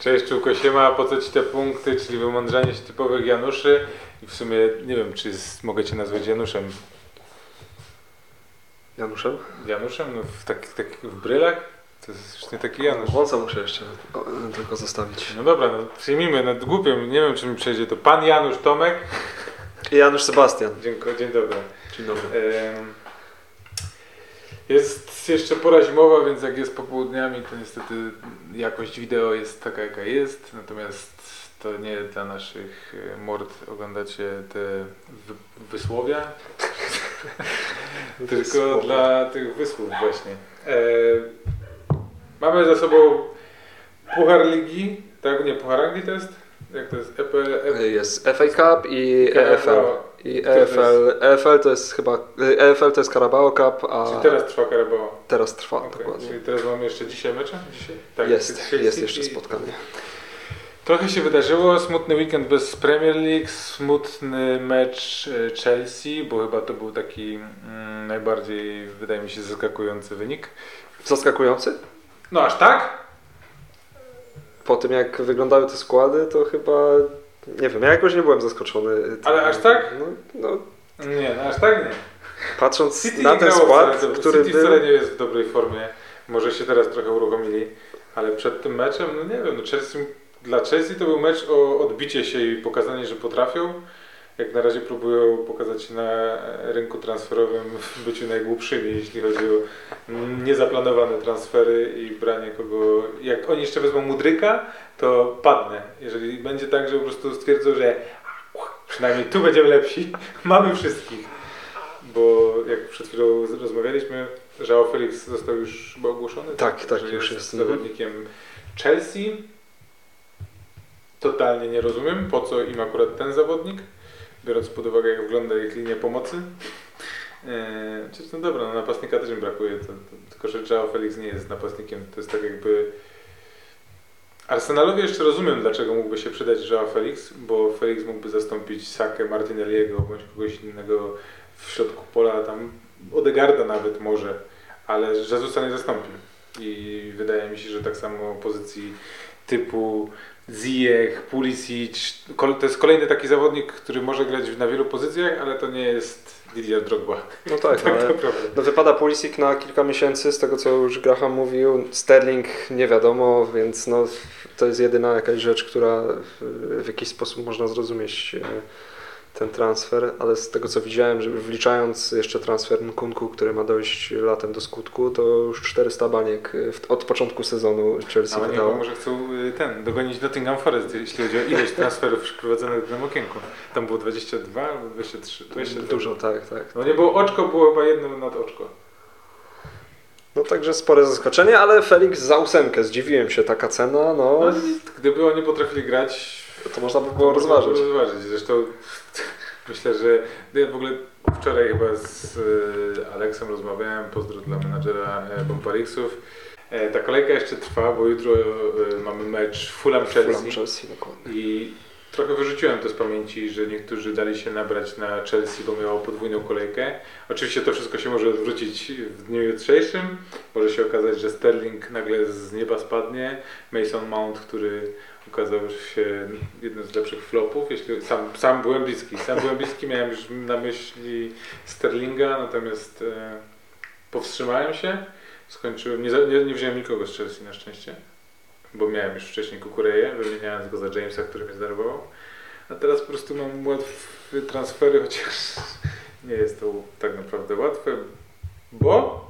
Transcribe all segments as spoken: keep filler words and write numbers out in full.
Cześć Czułko, siema, po co ci te punkty, czyli wymądrzanie się typowych Januszy i w sumie nie wiem, czy z, mogę cię nazwać Januszem. Januszem? Januszem? No w takich tak, w brylach? To jest już nie taki Janusz. Wąsa muszę jeszcze o, tylko zostawić. No dobra, no przyjmijmy, no głupio, nie wiem czy mi przejdzie to pan Janusz Tomek. I Janusz Sebastian. Dziękuję, dzień dobry. Dzień dobry. Ehm, Jest jeszcze pora zimowa, więc jak jest popołudniami, to niestety jakość wideo jest taka jaka jest, natomiast to nie dla naszych mord oglądacie te wy wysłowia, tylko Wysłowia. dla tych wysłów właśnie. E, mamy za sobą Puchar Ligi, tak? Nie, Puchar Anglii to jest? Jak to jest? E P L? Jest F A Cup i E F L. I E F L, E F L to jest chyba, E F L to jest Carabao Cup, a Czyli teraz trwa Carabao. teraz trwa, Okay. dokładnie. Czyli teraz mamy jeszcze dzisiaj mecze? Dzisiaj? Tak, jest, dzisiaj jest City. jeszcze spotkanie. Trochę się wydarzyło, smutny weekend bez Premier League, smutny mecz Chelsea, bo chyba to był taki mm, najbardziej, wydaje mi się, zaskakujący wynik. Zaskakujący? No aż tak? Po tym jak wyglądały te składy, to chyba, nie wiem, ja jakoś nie byłem zaskoczony. Ale aż tak? No, no, Nie, no aż tak nie. patrząc City na ten skład, wcale, który City był... wcale nie jest w dobrej formie, może się teraz trochę uruchomili, ale przed tym meczem, no nie wiem, no Chelsea, dla Chelsea to był mecz o odbicie się i pokazanie, że potrafią. Jak na razie próbują pokazać się na rynku transferowym w byciu najgłupszymi, jeśli chodzi o niezaplanowane transfery i branie kogo... Jak oni jeszcze wezmą Mudryka, to padnę. Jeżeli będzie tak, że po prostu stwierdzą, że przynajmniej tu będziemy lepsi, mamy wszystkich. Bo jak przed chwilą rozmawialiśmy, João Felix został już chyba ogłoszony. Tak, tak, że już jest jest. zawodnikiem Chelsea. Totalnie nie rozumiem, po co im akurat ten zawodnik, biorąc pod uwagę, jak wygląda ich linia pomocy. Eee, no dobra, no napastnika też im brakuje, to, to, tylko że João Felix nie jest napastnikiem, to jest tak jakby... Arsenalowi jeszcze rozumiem, dlaczego mógłby się przydać João Felix, bo Felix mógłby zastąpić Sakę, Martinelliego bądź kogoś innego w środku pola, tam Odegaarda nawet może, ale Jezusa nie zastąpi. I wydaje mi się, że tak samo pozycji typu Ziyech, Pulisic, to jest kolejny taki zawodnik, który może grać na wielu pozycjach, ale to nie jest Didier Drogba. No tak, tak ale naprawdę. no wypada Pulisic na kilka miesięcy, z tego co już Graham mówił, Sterling nie wiadomo, więc no, to jest jedyna jakaś rzecz, która w, w jakiś sposób można zrozumieć ten transfer, ale z tego co widziałem, że wliczając jeszcze transfer Nkunku, który ma dojść latem do skutku, to już czterysta baniek w, od początku sezonu Chelsea Ale nie, wydało. bo może chcą ten, dogonić Nottingham Forest, jeśli chodzi o ilość transferów przeprowadzonych w tym okienku. Tam było dwadzieścia dwa albo dwadzieścia trzy. dwadzieścia dwa. Dużo, tak, tak. No nie było oczko, było chyba jedno nad oczko. No także spore zaskoczenie, ale Felix za ósemkę, zdziwiłem się, taka cena, no... no gdyby oni potrafili grać, to można by było rozważyć. rozważyć. Zresztą myślę, że ja w ogóle wczoraj chyba z Aleksem rozmawiałem, pozdro dla menadżera Bomparixów. Ta kolejka jeszcze trwa, bo jutro mamy mecz Fulham-Chelsea. Fulham-Chelsea, dokładnie. I trochę wyrzuciłem to z pamięci, że niektórzy dali się nabrać na Chelsea, bo miało podwójną kolejkę. Oczywiście to wszystko się może odwrócić w dniu jutrzejszym. Może się okazać, że Sterling nagle z nieba spadnie. Mason Mount, który okazał się jednym z lepszych flopów. Jeśli, sam, sam byłem bliski. Sam byłem bliski, miałem już na myśli Sterlinga, natomiast e, powstrzymałem się. Skończyłem, nie, nie, nie wziąłem nikogo z Chelsea na szczęście, bo miałem już wcześniej Kukureję, wymieniając go za Jamesa, który mnie zdenerwował. A teraz po prostu mam łatwe transfery, chociaż nie jest to tak naprawdę łatwe, bo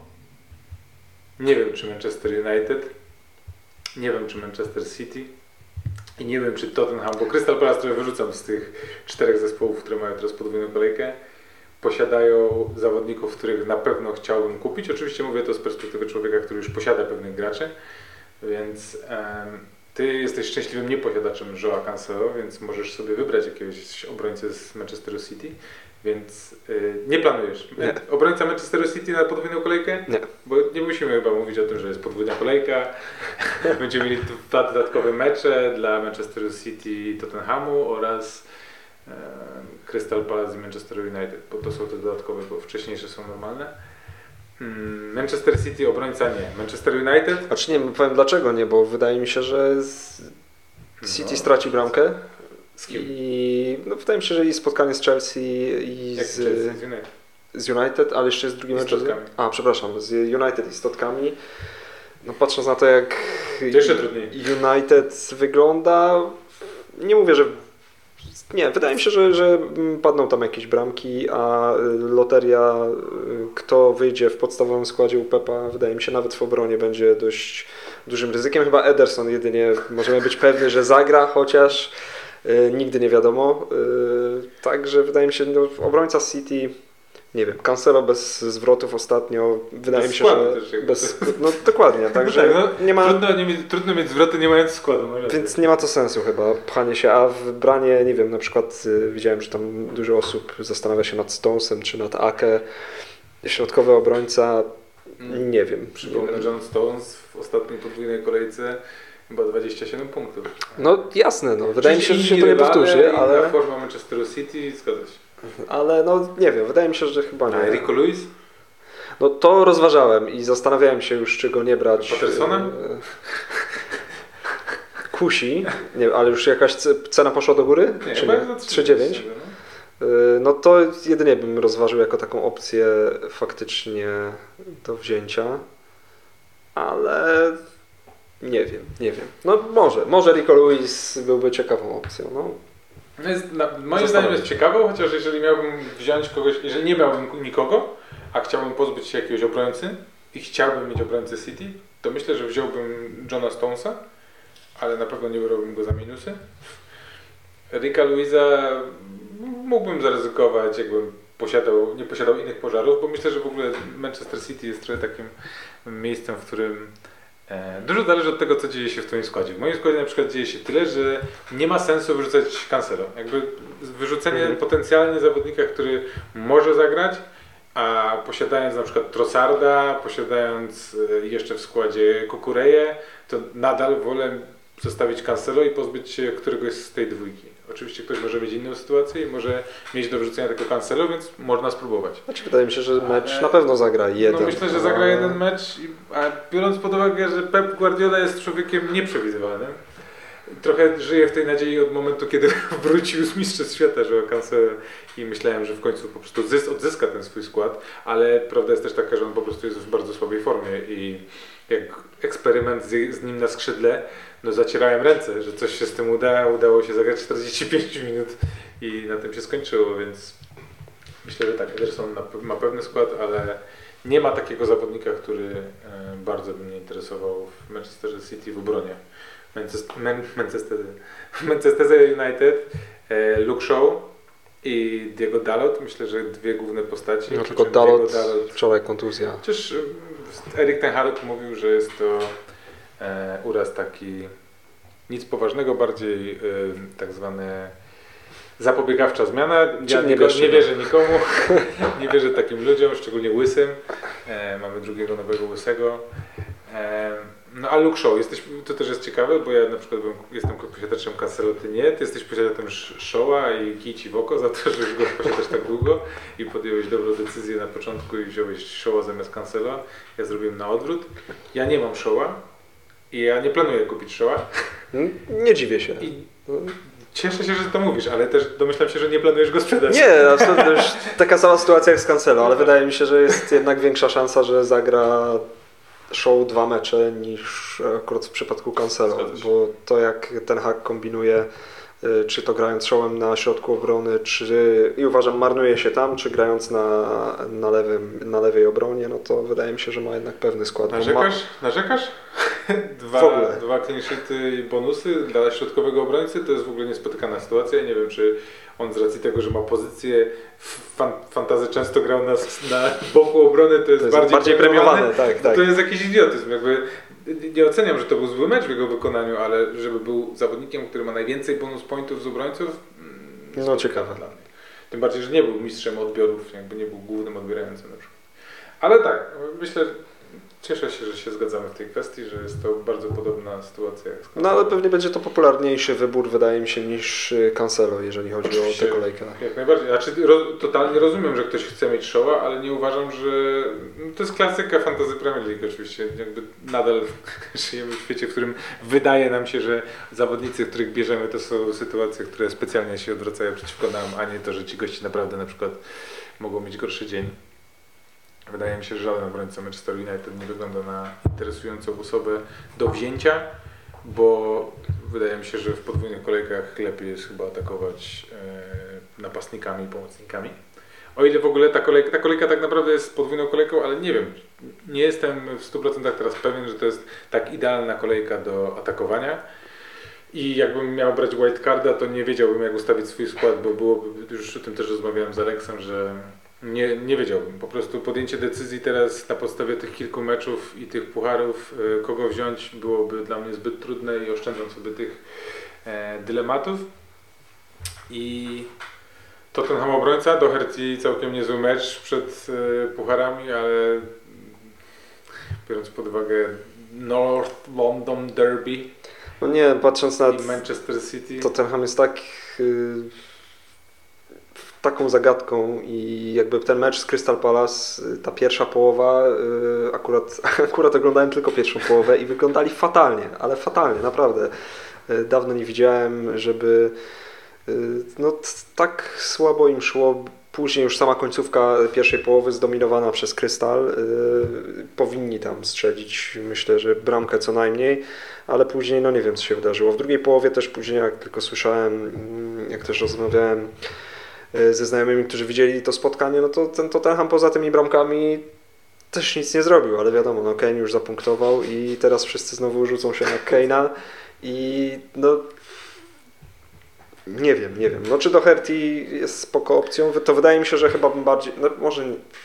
nie wiem, czy Manchester United, nie wiem, czy Manchester City i nie wiem, czy Tottenham, bo Crystal Palace, które wyrzucam z tych czterech zespołów, które mają teraz podwójną kolejkę, posiadają zawodników, których na pewno chciałbym kupić. Oczywiście mówię to z perspektywy człowieka, który już posiada pewnych graczy, więc um, ty jesteś szczęśliwym nieposiadaczem João Cancelo, więc możesz sobie wybrać jakiegoś obrońcę z Manchesteru City, więc yy, nie planujesz. Nie. Obrońca Manchesteru City na podwójną kolejkę? Nie. Bo nie musimy chyba mówić o tym, że jest podwójna kolejka. Będziemy mieli dwa dodatkowe mecze dla Manchesteru City i Tottenhamu oraz yy, Crystal Palace i Manchester United, bo to są te dodatkowe, bo wcześniejsze są normalne. Manchester City obrońca nie. Manchester United? Znaczy nie, powiem dlaczego nie, bo wydaje mi się, że z... City No. straci bramkę Z kim? i no, wydaje mi się, że i spotkanie z Chelsea i Jak z, Chelsea, z United. z United, ale jeszcze jest drugi I z mecz. Totkami. A, przepraszam, z United i z Totkami. No patrząc na to, jak To jeszcze trudniej. United wygląda, nie mówię, że nie, wydaje mi się, że, że padną tam jakieś bramki, a loteria, kto wyjdzie w podstawowym składzie u Pepa, wydaje mi się nawet w obronie będzie dość dużym ryzykiem. Chyba Ederson jedynie możemy być pewni, że zagra, chociaż y, nigdy nie wiadomo. Y, także wydaje mi się, no, obrońca City, nie wiem, Cancelo bez zwrotów ostatnio, wydaje Bez mi się, składu że też jakby. bez, no dokładnie, także No, nie ma... Trudno, nie, mieć- trudno mieć zwroty nie mając składu. No, Więc nie ma to sensu chyba, pchanie się, a w branie, nie wiem, na przykład y, widziałem, że tam dużo osób zastanawia się nad Stonesem czy nad Ake, środkowy obrońca, Mm. nie wiem. Nie Przypomnę, wiem. John Stones w ostatniej podwójnej kolejce chyba dwadzieścia siedem punktów. No jasne, no, wydaje mi się, że się Inni to nie rywale, powtórzy, inna ale, forma Manchesteru City, zgadza się. ale no nie wiem, wydaje mi się, że chyba A nie. Rico Lewis? No to rozważałem i zastanawiałem się już, czy go nie brać. Pattersona? E, Kusi, nie, ale już jakaś ce- cena poszła do góry? Nie, Czy chyba nie? za trzy dziewięć? no. Y, No to jedynie bym rozważył jako taką opcję faktycznie do wzięcia, ale nie wiem, nie wiem. No może, może Rico Lewis byłby ciekawą opcją. No. No jest, na, moim Zastanawiam zdaniem jest się. ciekawą, chociaż jeżeli miałbym wziąć kogoś, jeżeli nie miałbym nikogo, a chciałbym pozbyć się jakiegoś obrońcy i chciałbym mieć obrońcę City, to myślę, że wziąłbym Johna Stonesa, ale na pewno nie brałbym go za minusy. Ricka Luisa mógłbym zaryzykować, jakbym posiadał, nie posiadał innych pożarów, bo myślę, że w ogóle Manchester City jest trochę takim miejscem, w którym e, dużo zależy od tego, co dzieje się w twoim składzie. W moim składzie na przykład dzieje się tyle, że nie ma sensu wyrzucać Cancelo. Jakby wyrzucenie Mhm. potencjalnie zawodnika, który może zagrać, a posiadając na przykład Trossarda, posiadając e, jeszcze w składzie Kukureję, to nadal wolę zostawić Cancelo i pozbyć się któregoś z tej dwójki. Oczywiście ktoś może mieć inną sytuację i może mieć do wrzucenia tego Cancelo, więc można spróbować. Znaczy, wydaje mi się, że mecz Ale- na pewno zagra jeden. No myślę, że zagra jeden mecz, i- a biorąc pod uwagę, że Pep Guardiola jest człowiekiem nieprzewidywalnym, trochę żyję w tej nadziei od momentu, kiedy wrócił z Mistrzostw Świata, że Cancelo i myślałem, że w końcu po prostu zys- odzyska ten swój skład, ale prawda jest też taka, że on po prostu jest w bardzo słabej formie i jak eksperyment z, z nim na skrzydle, no zacierałem ręce, że coś się z tym uda, udało się zagrać czterdzieści pięć minut i na tym się skończyło, więc myślę, że tak, Ederson ma, ma pewny skład, ale nie ma takiego zawodnika, który e, bardzo by mnie interesował w Manchesterze City w obronie. Manchester, Man, Manchester, w Manchesterze United e, Luke Shaw i Diego Dalot, myślę, że dwie główne postaci. No przy tylko czym Dalot, Diego Dalot, wczoraj kontuzja. chociaż e, Erik ten Hag mówił, że jest to e, uraz taki nic poważnego, bardziej e, tak zwane zapobiegawcza zmiana. Ja Czyli nie, nie wiesz nie czego. wierzę nikomu, nie wierzę takim ludziom, szczególnie łysym. E, mamy drugiego nowego łysego. E, no a Luke Shaw, jesteś, to też jest ciekawe, bo ja na przykład byłem, jestem posiadaczem Cancelo, ty nie, ty jesteś posiadaczem Shawa i kij ci w oko za to, że już go posiadasz tak długo i podjąłeś dobrą decyzję na początku i wziąłeś Shawa zamiast Cancelo. Ja zrobiłem na odwrót. Ja nie mam Shawa i ja nie planuję kupić Shawa. Mm, Nie dziwię się. I cieszę się, że to mówisz, ale też domyślam się, że nie planujesz go sprzedać. Nie, absolutnie już taka sama sytuacja jak z Cancelo, ale wydaje mi się, że jest jednak większa szansa, że zagra Show dwa mecze niż akurat w przypadku Cancelo, Zgadza się. bo to jak ten Hag kombinuje, y, czy to grając Showem na środku obrony, czy i uważam marnuje się tam, czy grając na, na, lewym, na lewej obronie, no to wydaje mi się, że ma jednak pewny skład. bo ma- Narzekasz? Narzekasz? W Dwa, ogóle. dwa clean sheety i bonusy dla środkowego obrońcy to jest w ogóle niespotykana sytuacja. Nie wiem, czy on z racji tego, że ma pozycję w fan, fantazy często grał na, na boku obrony, to jest, to jest bardziej, bardziej premiowane, tak, tak. To jest jakiś idiotyzm. Jakby nie oceniam, że to był zły mecz w jego wykonaniu, ale żeby był zawodnikiem, który ma najwięcej bonus pointów z obrońców, mm, No, spotykane ciekawe. dla mnie. Tym bardziej, że nie był mistrzem odbiorów, jakby nie był głównym odbierającym na przykład. Ale tak, myślę, Cieszę się, że się zgadzamy w tej kwestii, że jest to bardzo podobna sytuacja. Jak z No ale pewnie będzie to popularniejszy wybór, wydaje mi się, niż y, Cancelo, jeżeli chodzi Oczywiście, o tę kolejkę. Jak najbardziej. Znaczy, ro, totalnie rozumiem, że ktoś chce mieć Shawa, ale nie uważam, że... No, to jest klasyka fantasy Premier League oczywiście. Jakby nadal żyjemy w świecie, w którym wydaje nam się, że zawodnicy, których bierzemy, to są sytuacje, które specjalnie się odwracają przeciwko nam, a nie to, że ci gości naprawdę na przykład mogą mieć gorszy dzień. Wydaje mi się, że żaden obrońca Manchester United nie wygląda na interesującą osobę do wzięcia, bo wydaje mi się, że w podwójnych kolejkach lepiej jest chyba atakować e, napastnikami i pomocnikami. O ile w ogóle ta kolejka, ta kolejka tak naprawdę jest podwójną kolejką, ale nie wiem, nie jestem w stu procentach teraz pewien, że to jest tak idealna kolejka do atakowania. I jakbym miał brać wildcarda, to nie wiedziałbym, jak ustawić swój skład, bo byłoby, już o tym też rozmawiałem z Aleksem, że Nie, nie wiedziałbym. Po prostu podjęcie decyzji teraz na podstawie tych kilku meczów i tych pucharów, y, kogo wziąć, byłoby dla mnie zbyt trudne i oszczędzam sobie tych e, dylematów. I Tottenham obrońca, Doherty całkiem niezły mecz przed e, pucharami, ale biorąc pod uwagę North London Derby No nie, patrząc na i Manchester City. Tottenham jest tak... Yy... taką zagadką i jakby ten mecz z Crystal Palace, ta pierwsza połowa, yy, akurat, akurat oglądałem tylko pierwszą połowę i wyglądali fatalnie, ale fatalnie, naprawdę. Yy, dawno nie widziałem, żeby yy, no, t- tak słabo im szło. Później już sama końcówka pierwszej połowy zdominowana przez Crystal. Yy, powinni tam strzelić, myślę, że bramkę co najmniej, ale później no nie wiem, co się wydarzyło. W drugiej połowie też później, jak tylko słyszałem, jak też rozmawiałem ze znajomymi, którzy widzieli to spotkanie, no to ten Tottenham poza tymi bramkami też nic nie zrobił, ale wiadomo, no Kane już zapunktował i teraz wszyscy znowu rzucą się na Kane'a i no nie wiem, nie wiem. No czy Doherty jest spoko opcją? To wydaje mi się, że chyba bym bardziej, no może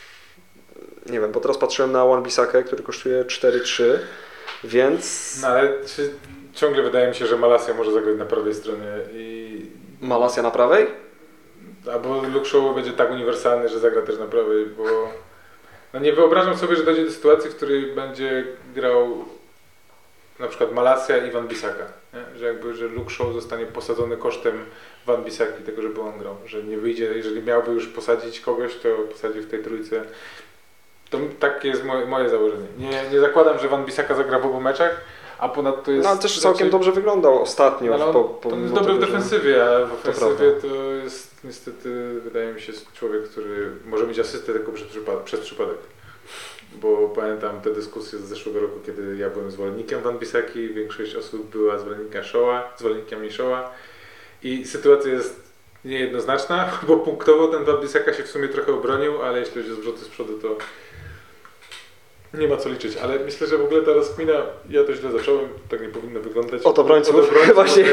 nie wiem, bo teraz patrzyłem na Wan-Bissakę, który kosztuje cztery trzy, więc... No ale czy, ciągle wydaje mi się, że Malacia może zagrać na prawej stronie i... Malacia na prawej? Albo Luke Shaw będzie tak uniwersalny, że zagra też na prawej, bo no nie wyobrażam sobie, że dojdzie do sytuacji, w której będzie grał na przykład Malacia i Wan-Bissaka, nie? Że jakby, że Luke Shaw zostanie posadzony kosztem Wan-Bissaki, tego, żeby on grał, że nie wyjdzie, jeżeli miałby już posadzić kogoś, to posadzi w tej trójce. To takie jest moje, moje założenie. Nie, nie zakładam, że Wan-Bissaka zagra w obu meczach, a ponadto jest... No ale też całkiem dobrze wyglądał ostatnio. No, po, po, to jest po dobry tego, w defensywie, a w To ofensywie prawda. to jest niestety, wydaje mi się, człowiek, który może mieć asystę tylko przez przypadek, przez przypadek. Bo pamiętam te dyskusje z zeszłego roku, kiedy ja byłem zwolennikiem Wan-Bissaki, większość osób była zwolennikiem Shawa, zwolennikami Shawa i sytuacja jest niejednoznaczna, bo punktowo ten Wan-Bissaka się w sumie trochę obronił, ale jeśli chodzi o zwroty z przodu, to nie ma co liczyć, ale myślę, że w ogóle ta rozkmina, ja to źle zacząłem, tak nie powinno wyglądać. Od obrońców? Od obrońców Właśnie.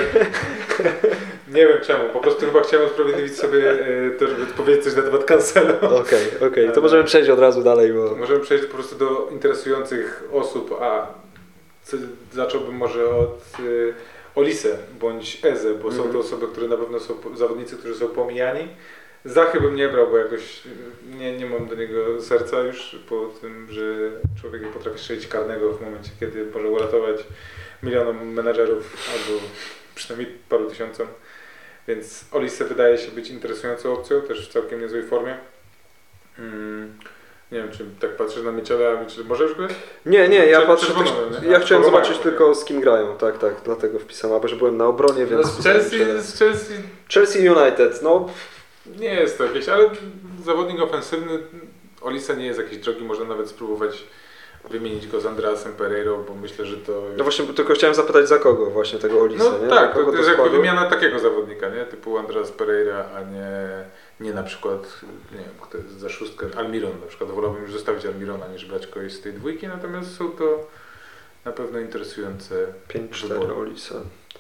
Nie wiem czemu, po prostu chyba chciałem usprawiedliwić sobie e, to, żeby powiedzieć coś na temat Cancelo. Okej, okej, okay, to możemy przejść od razu dalej, bo... Możemy przejść po prostu do interesujących osób, a co, zacząłbym może od y, Olise bądź Eze, bo mm. są to osoby, które na pewno są zawodnicy, którzy są pomijani. Zachy bym nie brał, bo jakoś nie, nie mam do niego serca już po tym, że człowiek nie potrafi strzelić karnego w momencie, kiedy może uratować milionom menadżerów albo przynajmniej paru tysiącom. Więc Olise wydaje się być interesującą opcją, też w całkiem niezłej formie. Hmm. Nie wiem, czy tak patrzysz na Michela, a Michel może już grać? Nie, nie, ja Czy- patrzę czerwoną, też, nie? ja A, chciałem czerwoną, zobaczyć okej. tylko z kim grają, tak, tak, dlatego wpisałem, bo że byłem na obronie, No, więc... z wpisałem Chelsea, Michela. z Chelsea Chelsea United, no nie jest to jakieś, ale zawodnik ofensywny, Olise nie jest jakiś drogi, można nawet spróbować wymienić go z Andreasem Pereirą, bo myślę, że to... no właśnie tylko chciałem zapytać za kogo właśnie tego Olise, No nie? tak, Za kogo to jest jakby składu? wymiana takiego zawodnika, nie? Typu Andreas Pereira, a nie, nie na przykład, nie wiem, kto jest za szóstkę, Almiron na przykład. Wolałbym już zostawić Almirona niż brać kogoś z tej dwójki, natomiast są to na pewno interesujące pięć cztery wybory. Olise,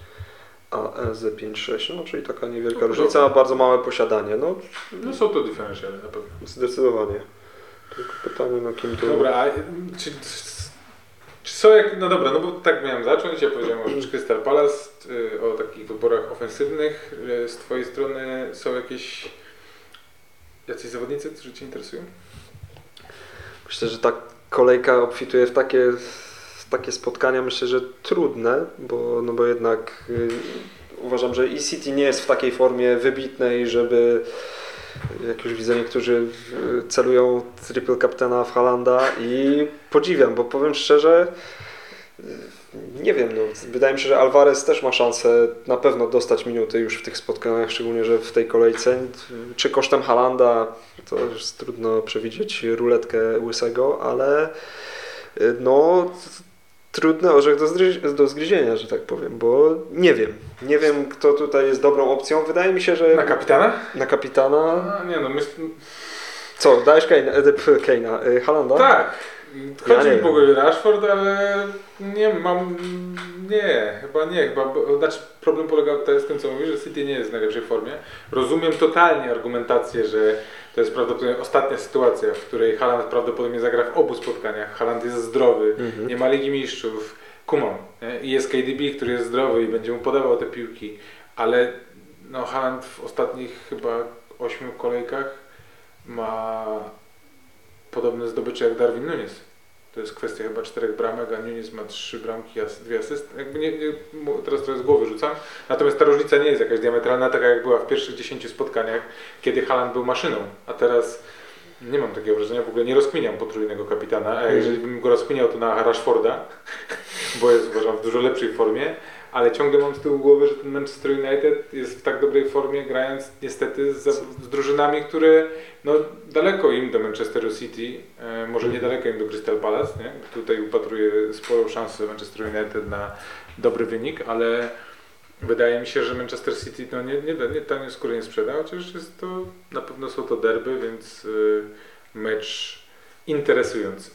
a Eze pięć sześć, no czyli taka niewielka No, różnica, a bardzo małe posiadanie, no No są to differentiale na pewno. zdecydowanie. Tylko pytanie, no kim to... Dobra, a czy, czy są jak, no dobra, no bo tak miałem zacząć, ja powiedziałem o rzecz Crystal Palace, y, o takich wyborach ofensywnych. Y, z Twojej strony są jakieś jacyś zawodnicy, którzy Cię interesują? Myślę, że tak kolejka obfituje w takie, w takie spotkania, myślę, że trudne, bo, no bo jednak y, uważam, że i City nie jest w takiej formie wybitnej, żeby, jak już widzę, niektórzy celują triple kaptena w Haalanda i podziwiam, bo powiem szczerze, nie wiem, no, wydaje mi się, że Alvarez też ma szansę na pewno dostać minuty już w tych spotkaniach, szczególnie, że w tej kolejce. Czy kosztem Haalanda, to już trudno przewidzieć ruletkę łysego, ale no trudny orzech do, zgryz- do zgryzienia, że tak powiem, bo nie wiem. Nie wiem, kto tutaj jest dobrą opcją. Wydaje mi się, że... Na kapitana? Na kapitana... A, nie no, myśl... Co, dajesz Kane'a, Kane'a, Haalanda? Tak. Chodzi Ja mi w ogóle Rashford, ale nie mam, nie, chyba nie, chyba, bo, znaczy problem polega tutaj z tym, co mówisz, że City nie jest w najlepszej formie. Rozumiem totalnie argumentację, że to jest prawdopodobnie ostatnia sytuacja, w której Haaland prawdopodobnie zagra w obu spotkaniach. Haaland jest zdrowy, Mhm. nie ma Ligi Mistrzów, kumam, nie? I jest K D B, który jest zdrowy i będzie mu podawał te piłki, ale no Haaland w ostatnich chyba ośmiu kolejkach ma podobne zdobycze jak Darwin Núñez. To jest kwestia chyba czterech bramek, a Núñez ma trzy bramki, as, dwie asysty. Jakby nie, nie, teraz trochę z głowy rzucam. Natomiast ta różnica nie jest jakaś diametralna, taka jak była w pierwszych dziesięciu spotkaniach, kiedy Haaland był maszyną. A teraz nie mam takiego wrażenia, w ogóle nie rozkminiam potrójnego kapitana, a jeżeli bym go rozkminiał, to na Rashforda, bo jest uważam w dużo lepszej formie. Ale ciągle mam z tyłu głowy, że ten Manchester United jest w tak dobrej formie, grając niestety z, z drużynami, które no, daleko im do Manchesteru City, e, może niedaleko im do Crystal Palace, nie? Tutaj upatruję sporą szansę Manchester United na dobry wynik, ale wydaje mi się, że Manchester City no, nie, nie, nie tanie skóry nie sprzeda, chociaż jest to, na pewno są to derby, więc y, mecz interesujący.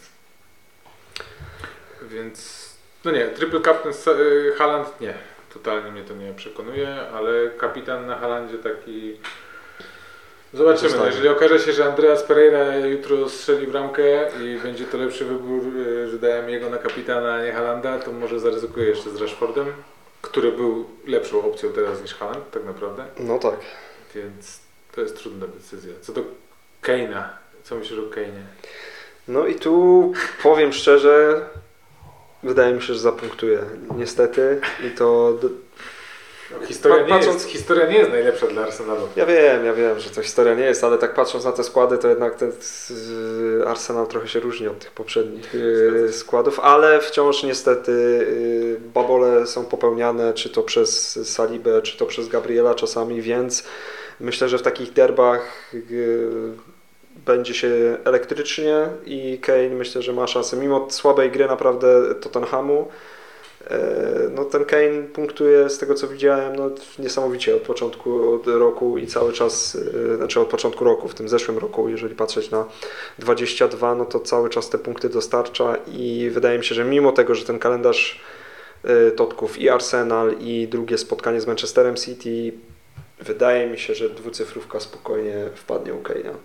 Więc no nie, triple captain Haaland nie, totalnie mnie to nie przekonuje, ale kapitan na Haalandzie taki... Zobaczymy, no, jeżeli okaże się, że Andreas Pereira jutro strzeli bramkę i będzie to lepszy wybór, że dajemy jego na kapitana, a nie Haalanda, to może zaryzykuję jeszcze z Rashfordem, który był lepszą opcją teraz niż Haaland, tak naprawdę. No tak. Więc to jest trudna decyzja. Co do Kane'a, co myślisz o Kane'ie? No i tu powiem szczerze, wydaje mi się, że zapunktuje. Niestety. I to... No, historia, nie patrząc... jest, historia nie jest najlepsza dla Arsenalu. Ja wiem, ja wiem, że to historia nie jest, ale tak patrząc na te składy, to jednak ten Arsenal trochę się różni od tych poprzednich składów, ale wciąż niestety babole są popełniane, czy to przez Salibę, czy to przez Gabriela czasami, więc myślę, że w takich derbach będzie się elektrycznie i Kane myślę, że ma szansę, mimo słabej gry naprawdę Tottenhamu. No ten Kane punktuje z tego co widziałem no, niesamowicie od początku od roku i cały czas, znaczy od początku roku, w tym zeszłym roku, jeżeli patrzeć na dwadzieścia dwa, no to cały czas te punkty dostarcza i wydaje mi się, że mimo tego, że ten kalendarz Totków i Arsenal i drugie spotkanie z Manchesterem City, wydaje mi się, że dwucyfrówka spokojnie wpadnie u Kane'a.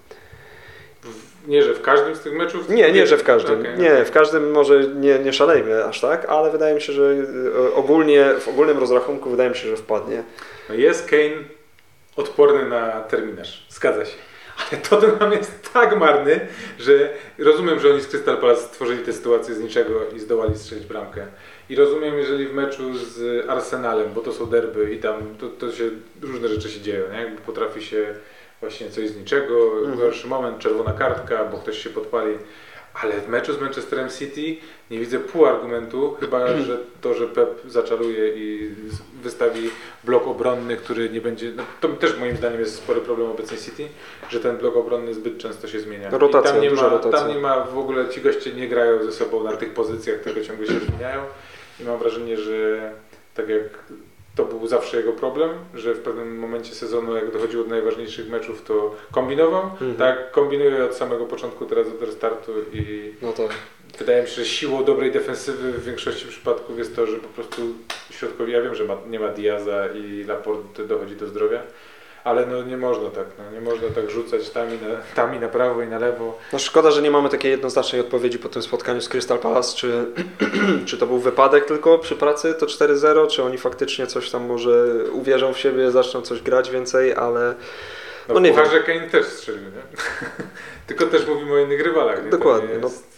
Nie, że w każdym z tych meczów? Nie, nie, że w każdym. Okay, nie, okay. w każdym może nie, nie szalejmy aż tak, ale wydaje mi się, że ogólnie, w ogólnym rozrachunku wydaje mi się, że wpadnie. No jest Kane odporny na terminarz, zgadza się. Ale Tottenham jest tak marny, że rozumiem, że oni z Crystal Palace stworzyli tę sytuację z niczego i zdołali strzelić bramkę. I rozumiem, jeżeli w meczu z Arsenalem, bo to są derby i tam to, to się różne rzeczy się dzieją, nie? Jakby potrafi się właśnie coś z niczego, mm. gorszy moment, czerwona kartka, bo ktoś się podpali. Ale w meczu z Manchesterem City nie widzę pół argumentu, chyba że to, że Pep zaczaruje i wystawi blok obronny, który nie będzie... No, to też moim zdaniem jest spory problem obecnej City, że ten blok obronny zbyt często się zmienia. Rotacja, I tam nie duża ma, rotacja. tam nie ma w ogóle, ci goście nie grają ze sobą na tych pozycjach, tylko ciągle się zmieniają. I mam wrażenie, że tak jak to był zawsze jego problem, że w pewnym momencie sezonu, jak dochodziło do najważniejszych meczów, to kombinował. Mhm. Tak, kombinuje od samego początku teraz do restartu i no tak. Wydaje mi się, że siłą dobrej defensywy w większości przypadków jest to, że po prostu środkowi, ja wiem, że ma, nie ma Diaza i Laporte dochodzi do zdrowia, ale no nie można tak, no nie można tak rzucać tam i, na, tam i na prawo i na lewo. No szkoda, że nie mamy takiej jednoznacznej odpowiedzi po tym spotkaniu z Crystal Palace, czy, czy to był wypadek tylko przy pracy, to cztery zero, czy oni faktycznie coś tam może uwierzą w siebie, zaczną coś grać więcej, ale no, no w nie pucharze Kane też strzelił, nie? Tylko też mówimy o innych rywalach. Nie? Dokładnie. Jest... No,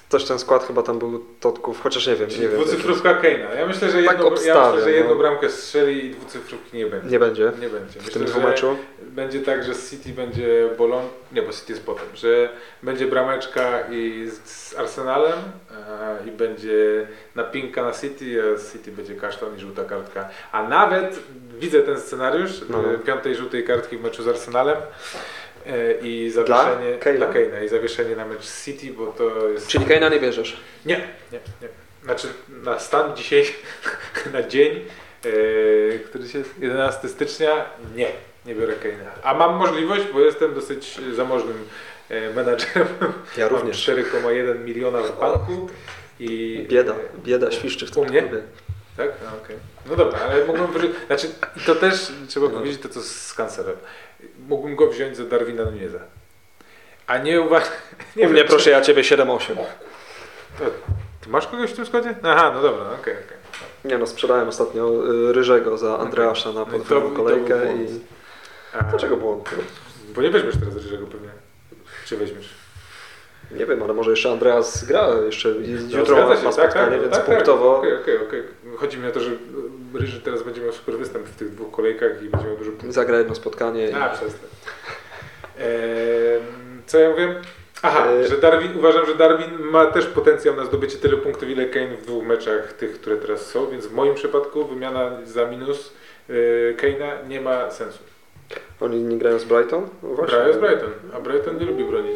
Też ten skład chyba tam był Totków, chociaż nie wiem. Czyli nie wiem dwucyfrówka Kane'a. Ja myślę, że Tak jedną, ja obstawiam, myślę, że jedną no. bramkę strzeli i dwucyfrówki nie będzie. Nie będzie Nie będzie. w Myślę, tym że dwumeczu. będzie tak, że City będzie bolą, nie, bo City jest potem, że będzie brameczka i z, z Arsenalem e, i będzie napinka na City, a City będzie kasztan i żółta kartka. A nawet widzę ten scenariusz No. e, piątej żółtej kartki w meczu z Arsenalem e, i zawieszenie Kane'a? dla Kane'a i zawieszenie na mecz City, bo to jest... Czyli Kane'a nie bierzesz? Nie, nie, nie. Znaczy na stan dzisiaj, na dzień, e, który się jedenastego stycznia, nie, nie biorę Kane'a. A mam możliwość, bo jestem dosyć zamożnym e, menadżerem. Ja Mam również. cztery przecinek jeden miliona w banku i... Bieda, e, bieda świszczy w tym U mnie? klubie. Tak? A, okej. No dobra, ale mógłbym wyrzucić, znaczy i to też trzeba No. powiedzieć to co z kancerem. Mógłbym go wziąć za Darwina Nuneza. A nie uważam... U mnie proszę ja ciebie siedem osiem. Ty masz kogoś w tym składzie? Aha, no dobra, okej, okej. Nie no, sprzedałem ostatnio y, Ryżego za Andreasza na No i to- podwójną i to kolejkę był i... błąd. A, Dlaczego błąd? Bo nie weźmiesz teraz Ryżego pewnie. Czy weźmiesz? Nie wiem, ale może jeszcze Andreas gra, jeszcze No, jutro zgadza ma, się, ma tak, spotkanie, tak, więc tak, tak. punktowo... Okej, okej, okej. Chodzi mi o to, że Ryży teraz będzie miał super występ w tych dwóch kolejkach i będzie miał dużo punktów. Zagra jedno spotkanie. A, przestań. Ehm, co ja mówię? Aha, E- że Darwin, uważam, że Darwin ma też potencjał na zdobycie tyle punktów, ile Kane w dwóch meczach tych, które teraz są, więc w moim przypadku wymiana za minus yy, Kane'a nie ma sensu. Oni nie grają z Brighton? No właśnie. Grają z Brighton, a Brighton nie lubi bronić.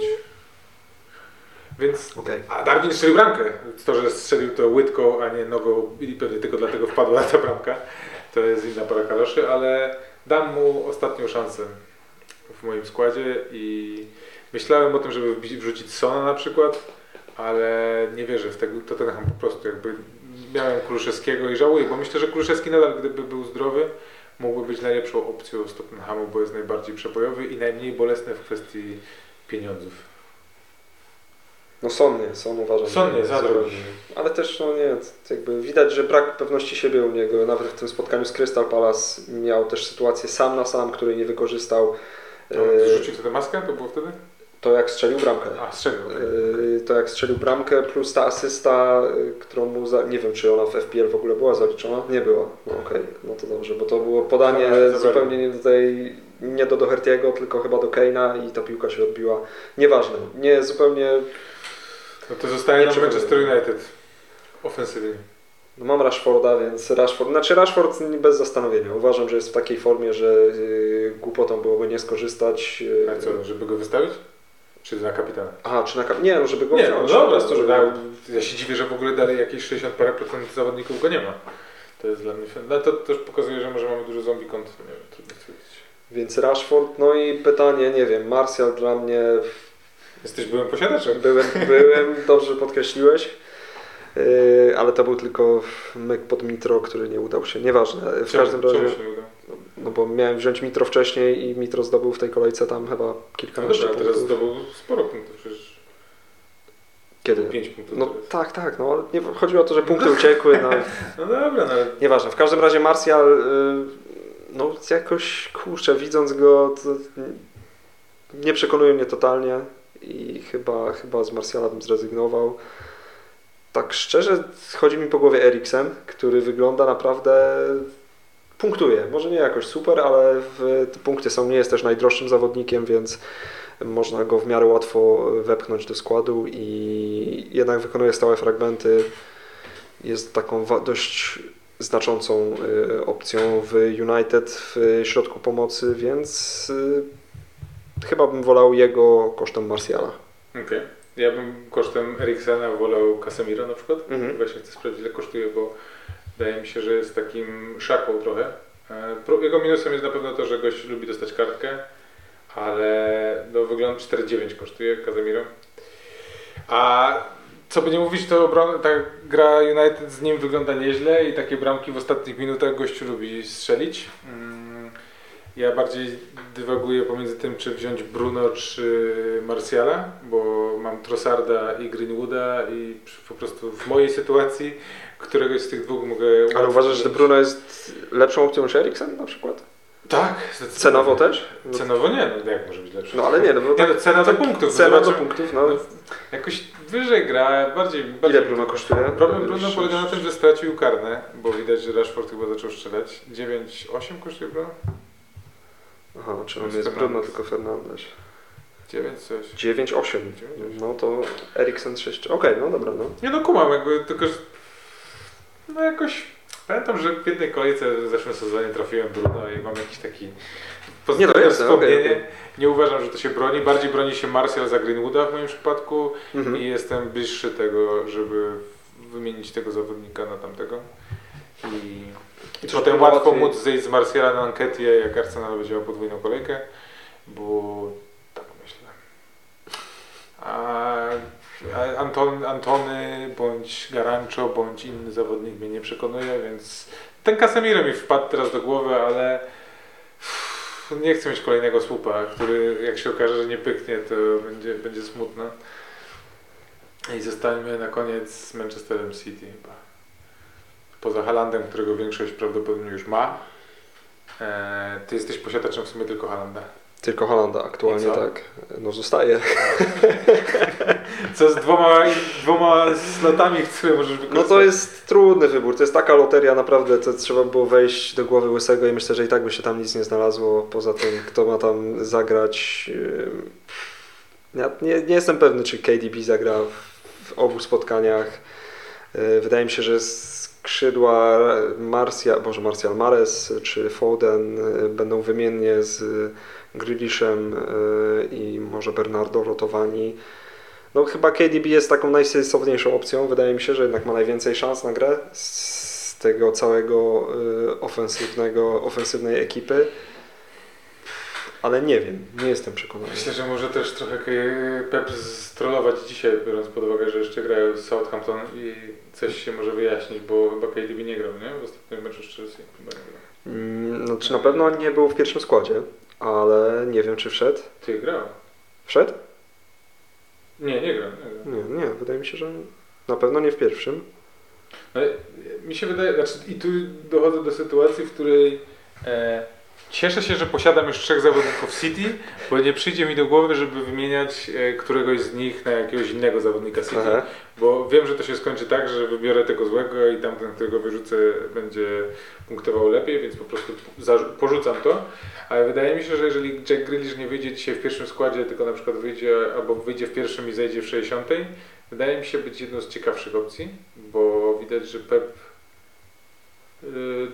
Więc, Okej. a Darwin strzelił bramkę. To, że strzelił to łydką, a nie nogą i pewnie tylko dlatego wpadła ta bramka, to jest inna para kaloszy, ale dam mu ostatnią szansę w moim składzie i myślałem o tym, żeby wbi- wrzucić Sona na przykład, ale nie wierzę w tego Tottenham po prostu. Jakby miałem Kuluszewskiego i żałuję, bo myślę, że Kuluszewski nadal, gdyby był zdrowy, mógłby być najlepszą opcją z Tottenhamu, bo jest najbardziej przebojowy i najmniej bolesny w kwestii pieniądzów. No Son nie, Son uważam. Son nie, że- za drogi. Ale też no nie, to jakby widać, że brak pewności siebie u niego. Nawet w tym spotkaniu z Crystal Palace miał też sytuację sam na sam, której nie wykorzystał. A E, Rzucił wtedy maskę? To było wtedy? To jak strzelił bramkę. A, strzelił. okej. E, To jak strzelił bramkę, plus ta asysta, e, którą mu za... nie wiem, czy ona w F P L w ogóle była zaliczona? Nie była. No okej, no to dobrze, bo to było podanie No, ale zabrali. zupełnie nie do tej, nie do Doherty'ego, tylko chyba do Kane'a i ta piłka się odbiła. Nieważne, nie zupełnie. No to zostaje Nie nam przekonuje. Manchester United. Ofensywnie. No mam Rashforda, więc Rashford, znaczy Rashford bez zastanowienia. Uważam, że jest w takiej formie, że yy, głupotą byłoby nie skorzystać. Yy. A co, żeby go wystawić? Czy na kapitana? Aha, czy na kap... Nie, no żeby go Nie, no wziąć. dobra, po prostu, to, żeby... że ja się dziwię, że w ogóle dalej jakieś sześćdziesiąt parę procent zawodników go nie ma. To jest dla mnie... No to też pokazuje, że może mamy dużo zombie kont. Nie wiem, trudno stwierdzić. Więc Rashford, no i pytanie, nie wiem, Martial dla mnie... Jesteś byłym posiadaczem. Byłem, byłem, dobrze podkreśliłeś. Yy, ale to był tylko myk pod Mitro, który nie udał się. Nieważne. W Czemu- każdym razie, czemu się nie uda? no bo miałem wziąć Mitro wcześniej i Mitro zdobył w tej kolejce tam chyba No kilkanaście dobra, teraz punktów. zdobył sporo punktów, przecież Kiedy? pięć punktów No teraz. tak, tak, no ale nie, chodziło o to, że punkty uciekły, no No dobra, no ale nieważne. W każdym razie Martial, y, no jakoś kurczę, widząc go, to nie przekonuje mnie totalnie i chyba, chyba z Martiala bym zrezygnował. Tak szczerze chodzi mi po głowie Eriksen, który wygląda naprawdę, punktuje. Może nie jakoś super, ale w, te punkty są, nie jest też najdroższym zawodnikiem, więc można go w miarę łatwo wepchnąć do składu i jednak wykonuje stałe fragmenty. Jest taką wa- dość znaczącą y, opcją w United w środku pomocy, więc y, chyba bym wolał jego kosztem Martiala. okej. Ja bym kosztem Eriksena wolał Casemiro na przykład. Mhm. Właśnie chcę sprawdzić, ile kosztuje, bo wydaje mi się, że jest takim szaką trochę. E, pro- Jego minusem jest na pewno to, że gość lubi dostać kartkę, ale no, wygląd cztery dziewięć kosztuje Casemiro. A co by nie mówić, to obron- ta gra United z nim wygląda nieźle i takie bramki w ostatnich minutach gościu lubi strzelić. Mm, Ja bardziej dywaguję pomiędzy tym, czy wziąć Bruno czy Martiala, bo mam Trossarda i Greenwooda i przy- po prostu w mojej sytuacji któregoś z tych dwóch mogę... Ale łatwo uważasz, że wziąć. Bruno jest lepszą opcją niż Eriksen na przykład? Tak. Cenowo też? Cenowo nie, no jak może być lepsze? No ale nie, no bo Nie, tak, no, cena do punktów. cena do Zobaczymy. punktów, no. No, jakoś wyżej gra, bardziej... bardziej Ile Bruno kosztuje? Problem Bruno polega na tym, że stracił karne, bo widać, że Rashford chyba zaczął strzelać. dziewięć osiem kosztuje Bruno? Aha, czy on jest jest Fernandes. Bruno, tylko Fernandes. dziewięć coś. dziewięć osiem. No to Eriksen sześć. Okej, no dobra, no. Nie no kumam, jakby tylko, że... No jakoś... Pamiętam, że w jednej kolejce w zeszłym sezonie trafiłem Bruno i mam jakiś taki... Nie, no jasne, wspomnienie. okej, okej. Nie uważam, że to się broni. Bardziej broni się Martial za Greenwooda w moim przypadku Mhm. i jestem bliższy tego, żeby wymienić tego zawodnika na tamtego. I, I czy potem to łatwo łatwiej- móc zejść z Martiala na Anketie, jak Arsenal będzie miał podwójną kolejkę, bo tak myślę. A, a Anton, Antony bądź Garanczo bądź inny zawodnik mnie nie przekonuje, więc ten Casemiro mi wpadł teraz do głowy, ale nie chcę mieć kolejnego słupa, który jak się okaże, że nie pyknie, to będzie, będzie smutno. I zostańmy na koniec z Manchesterem City. Poza Haalandem, którego większość prawdopodobnie już ma. Eee, ty jesteś posiadaczem w sumie tylko Haalanda. Tylko Haalanda, aktualnie I co? tak. No zostaje. Co z dwoma, dwoma slotami, które możesz wykorzystać? No to jest trudny wybór. To jest taka loteria naprawdę, to trzeba było wejść do głowy Łysego i myślę, że i tak by się tam nic nie znalazło. Poza tym, kto ma tam zagrać. Yy, Ja nie, nie jestem pewny, czy K D B zagra w, w obu spotkaniach. Yy, Wydaje mi się, że skrzydła Martial, Boże Martial, Mahrez czy Foden yy, będą wymiennie z Grealishem yy, i może Bernardo rotowani. No chyba K D B jest taką najsensowniejszą opcją. Wydaje mi się, że jednak ma najwięcej szans na grę z tego całego y, ofensywnego, ofensywnej ekipy. Ale nie wiem, nie jestem przekonany. Myślę, że może też trochę Pep strollować dzisiaj, biorąc pod uwagę, że jeszcze grają z Southampton i coś się może wyjaśnić, bo chyba K D B nie grał, nie? W ostatnim meczu z Chelsea chyba nie grał. Mm, no, czy na pewno nie był w pierwszym składzie, ale nie wiem, czy wszedł. Ty grał? Wszedł? Nie, nie grał. Nie, grał. Nie, nie, wydaje mi się, że na pewno nie w pierwszym. No, mi się wydaje, znaczy i tu dochodzę do sytuacji, w której e, cieszę się, że posiadam już trzech zawodników City, bo nie przyjdzie mi do głowy, żeby wymieniać e, któregoś z nich na jakiegoś innego zawodnika City, Aha. bo wiem, że to się skończy tak, że wybiorę tego złego i tamten, którego wyrzucę, będzie punktował lepiej, więc po prostu zarzu- porzucam to, ale wydaje mi się, że jeżeli Jack Grealish nie wyjdzie dzisiaj w pierwszym składzie, tylko na przykład wyjdzie albo wyjdzie w pierwszym i zejdzie w sześćdziesiątej, wydaje mi się być jedną z ciekawszych opcji, bo widać, że Pep yy,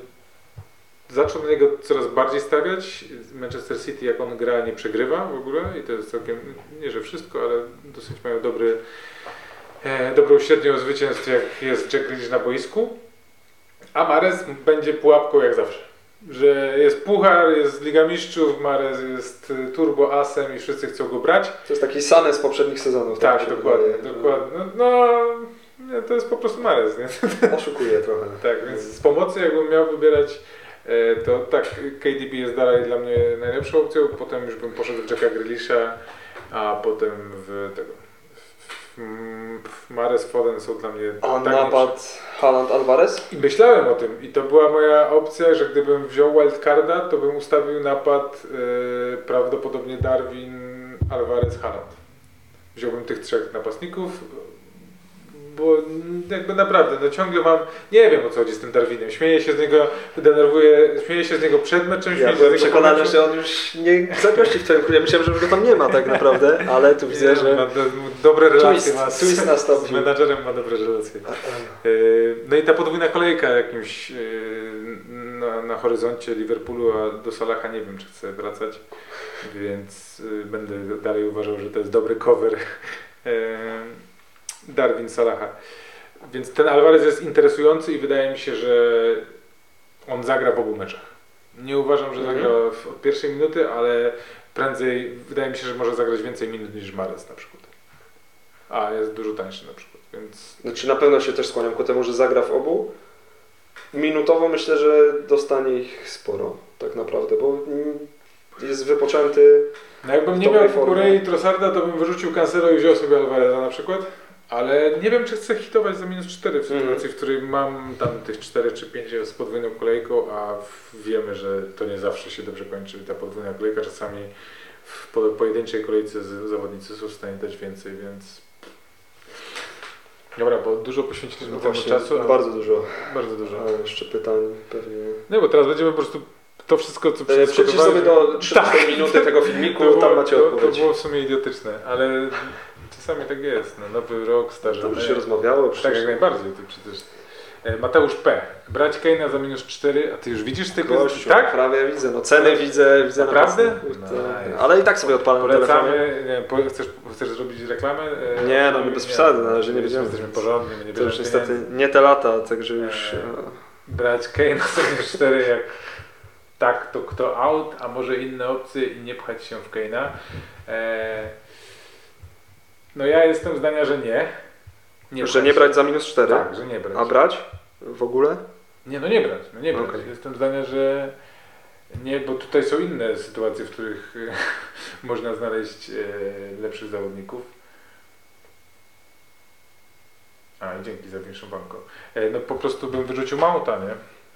zaczął na niego coraz bardziej stawiać. Manchester City, jak on gra, nie przegrywa w ogóle i to jest całkiem, nie że wszystko, ale dosyć mają dobry, e, dobrą średnią zwycięstw, jak jest Jack Grealish na boisku. A Mahrez będzie pułapką jak zawsze. Że jest puchar, jest Liga Mistrzów, Mahrez jest turbo asem i wszyscy chcą go brać. To jest taki Sané z poprzednich sezonów. Tak, mi się dokładnie, wydaje. dokładnie. No, no nie, to jest po prostu Mahrez, nie? Oszukuje trochę. Tak, więc z pomocy jakbym miał wybierać, e, to tak, K D B jest dalej dla mnie najlepszą opcją, potem już bym poszedł w Jacka Grealisha, a potem w tego, w, w Mahrez, Foden są dla mnie A tak napad Haaland Alvarez? I myślałem o tym i to była moja opcja, że gdybym wziął wildcarda, to bym ustawił napad e, prawdopodobnie Darwin, Alvarez, Haaland. Wziąłbym tych trzech napastników, bo jakby naprawdę, no ciągle mam, nie wiem o co chodzi z tym Darwinem, śmieję się z niego, denerwuję, śmieję się z niego przed meczem, Ja śmieję się byłem z niego przekonany, po meczu. że on już nie zagości w twoim klubie. Ja myślałem, że już go tam nie ma tak naprawdę, ale tu widzę, Nie, że ma do, dobre relacje twist, ma z, twist nastąpił. z menadżerem, ma dobre relacje. Yy, No i ta podwójna kolejka jakimś yy, na, na horyzoncie Liverpoolu, a do Salaha nie wiem, czy chcę wracać, więc yy, będę dalej uważał, że to jest dobry cover yy, Darwin Salaha. Więc ten Alvarez jest interesujący i wydaje mi się, że on zagra w obu meczach. Nie uważam, że Mhm. zagra w, od pierwszej minuty, ale prędzej wydaje mi się, że może zagrać więcej minut niż Mahrez na przykład. A jest dużo tańszy na przykład, więc Znaczy na pewno się też skłaniam ku temu, że zagra w obu. Minutowo myślę, że dostanie ich sporo tak naprawdę, bo mm, jest wypoczęty. no jakbym W nie dobrej miał formie. Kurei i Trossarda, to bym wyrzucił Cancelo i wziął sobie Alvareza na przykład, Ale nie wiem, czy chcę hitować za minus cztery w sytuacji, Mhm. w której mam tam tych cztery czy pięć z podwójną kolejką, a w- wiemy, że to nie zawsze się dobrze kończy ta podwójna kolejka. Czasami w po- pojedynczej kolejce z- zawodnicy są w stanie dać więcej, więc... Dobra, bo dużo poświęciliśmy No temu właśnie, czasu. a- bardzo dużo. Bardzo dużo. A jeszcze pytań pewnie. Nie, bo teraz będziemy po prostu to wszystko, co Przejdźcie sobie przygotowaliśmy- do trzydziestej minuty tego filmiku, to było, tam macie to, to odpowiedź. było w sumie idiotyczne, ale czasami tak jest. No, nowy rok, stary. Dobrze się rozmawiało Tak, przecież. jak najbardziej. To przecież... E, Mateusz P. Brać Kane'a za minus cztery, a ty już widzisz tego? Gościu, Tak? prawie widzę, no ceny widzę, widzę Naprawdę? na własne- Nice. Ale i tak sobie odpalam na telefonie. Polecamy. Nie, po, chcesz, chcesz zrobić reklamę? E, Nie, no, bez przesady, na razie nie Jesteśmy będziemy. porządni, my nie To już bierzemy niestety pieniędzy. nie te lata, także już... Eee. e, Brać Kane'a za minus cztery, jak tak, to kto out, a może inne opcje i nie pchać się w Kane'a. E, no ja jestem zdania, że nie. nie Że pchać nie się. brać za minus cztery? Tak, że nie brać. A brać? W ogóle? Nie, no nie brać, no nie brać. Okej. Jestem zdania, że nie, bo tutaj są inne sytuacje, w których e, można znaleźć e, lepszych zawodników. A, i dzięki za większą banko. E, no po prostu bym wyrzucił Mounta, nie?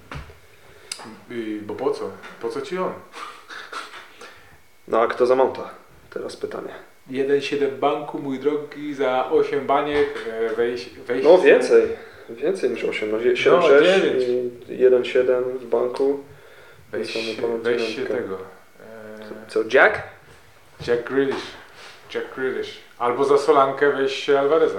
I, bo po co? Po co ci on? No a kto za Mounta? Teraz pytanie. jeden przecinek siedem banku, mój drogi, za osiem baniek, e, wejść, wejść. No więcej. Więcej niż osiem. No siedem No, sześć dziewięć. i jeden przecinek siedem w banku. Wejść, Wysłamy ponad wejść się dziewiątkę. tego. E, Co, Jack? Jack Grealish. Jack Grealish. Albo za Solankę wejść się Alvareza.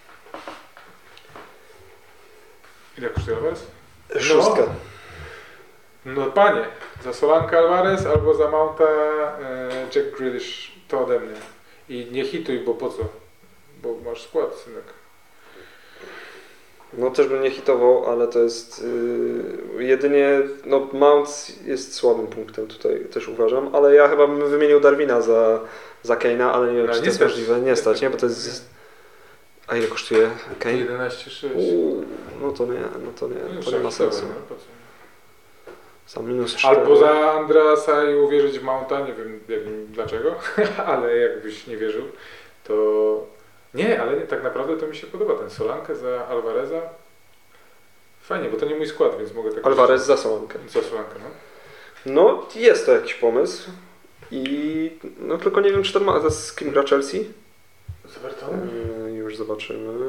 Ile kosztuje Alvarez? Szóstka. No panie, za Solankę Alvarez albo za Mounta e, Jack Grealish, to ode mnie. I nie hituj, bo po co? Bo masz skład, synek. No też bym nie hitował, ale to jest yy, jedynie, no Mount jest słabym punktem tutaj też uważam, ale ja chyba bym wymienił Darwina za, za Kane'a, ale nie wiem No, czy nie to jest stać. możliwe, nie stać, nie? Bo to jest... A ile kosztuje Kane? jedenaście sześć. Uuu, no to nie, no to nie, No, to nie ma trzeba sensu. hitować, no, po co? Za minus cztery. Albo za Andreasa i uwierzyć w Mounta, nie wiem, nie wiem dlaczego, ale jakbyś nie wierzył, to... Nie, ale nie, tak naprawdę to mi się podoba ten Solankę za Alvareza. Fajnie, bo to nie mój skład, więc mogę tak... Alvarez za Solankę. Za Solankę, no. No jest to jakiś pomysł i no tylko nie wiem czy ten ma, z kim gra Chelsea? Z Evertonem? Yy, już zobaczymy.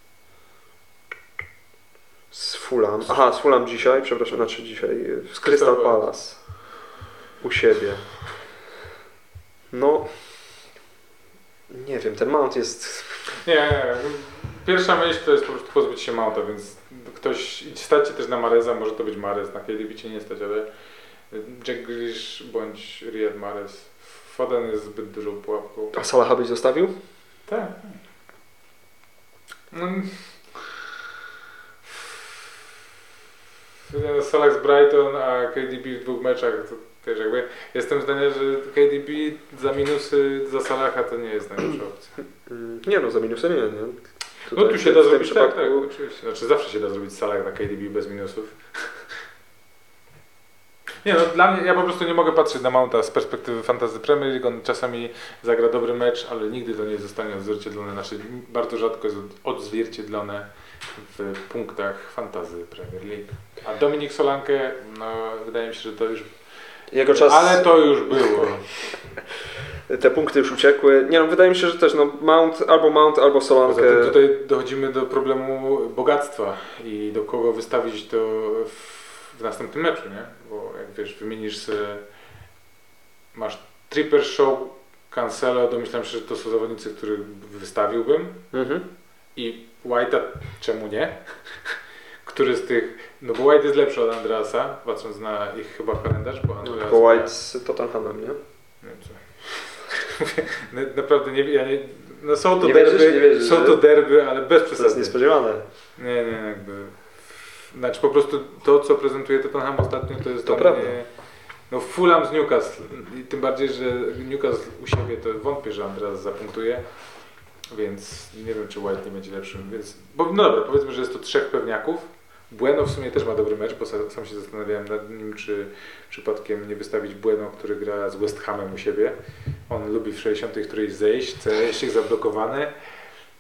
Z Fulham. Aha, z Fulham dzisiaj, przepraszam, znaczy dzisiaj z Crystal Palace. U siebie. No. Nie wiem, ten Mount jest... Nie, nie, nie. Pierwsza myśl to jest po prostu pozbyć się Mounta, więc ktoś, stać się też na Mareza, może to być Marez, na K D B cię nie stać, ale Jack Grealish bądź Riyad Mahrez. Foden jest zbyt dużą pułapką. A Salaha byś zostawił? Tak. No, no, Salah z Brighton, a K D B w dwóch meczach, to też jakby jestem zdania, że K D B za minusy za Salaha to nie jest najlepsza opcja. Mm, Nie no, za minusem nie, nie. No Tutaj tu się w da tym zrobić tak, tak, przypadku- oczywiście. Znaczy zawsze się da zrobić Salah na K D B bez minusów. Nie no, dla mnie, ja po prostu nie mogę patrzeć na Mounta z perspektywy Fantasy Premier League. On czasami zagra dobry mecz, ale nigdy to nie zostanie odzwierciedlone. Znaczy, bardzo rzadko jest odzwierciedlone w punktach Fantasy Premier League. A Dominik Solankę, no wydaje mi się, że to już... Jego czas... Ale to już było. Te punkty już uciekły. Nie no, wydaje mi się, że też no Mount, albo Mount, albo Poza tym Solankę. tutaj dochodzimy do problemu bogactwa i do kogo wystawić to w, w następnym meczu, nie? Bo jak wiesz, wymienisz sobie, masz Tripper, Show, Cancelo, domyślam się, że to są zawodnicy, których wystawiłbym Mhm. i White'a, czemu nie? Który z tych, no bo White jest lepszy od Andreasa, patrząc na ich chyba kalendarz, bo Andreas... Bo White z Tottenhamem, nie? Nie wiem co. Na- Naprawdę nie, ja nie, no są to Nie derby, wierzysz, nie wierzysz, są że? to derby, ale bez To jest przesady. niespodziewane. Nie, nie, jakby. Znaczy po prostu to, co prezentuje Tottenham ostatnio, to jest To dla prawda. mnie. No Fulham z Newcastle. I tym bardziej, że Newcastle u siebie to wątpię, że Andreas zapunktuje. Więc nie wiem, czy White nie będzie lepszym. Więc, bo, no dobra, powiedzmy, że jest to trzech pewniaków. Bueno w sumie też ma dobry mecz, bo sa- sam się zastanawiałem nad nim, czy przypadkiem nie wystawić Bueno, który gra z West Hamem u siebie. On lubi w sześćdziesiątej którejś zejść, C S zablokowane.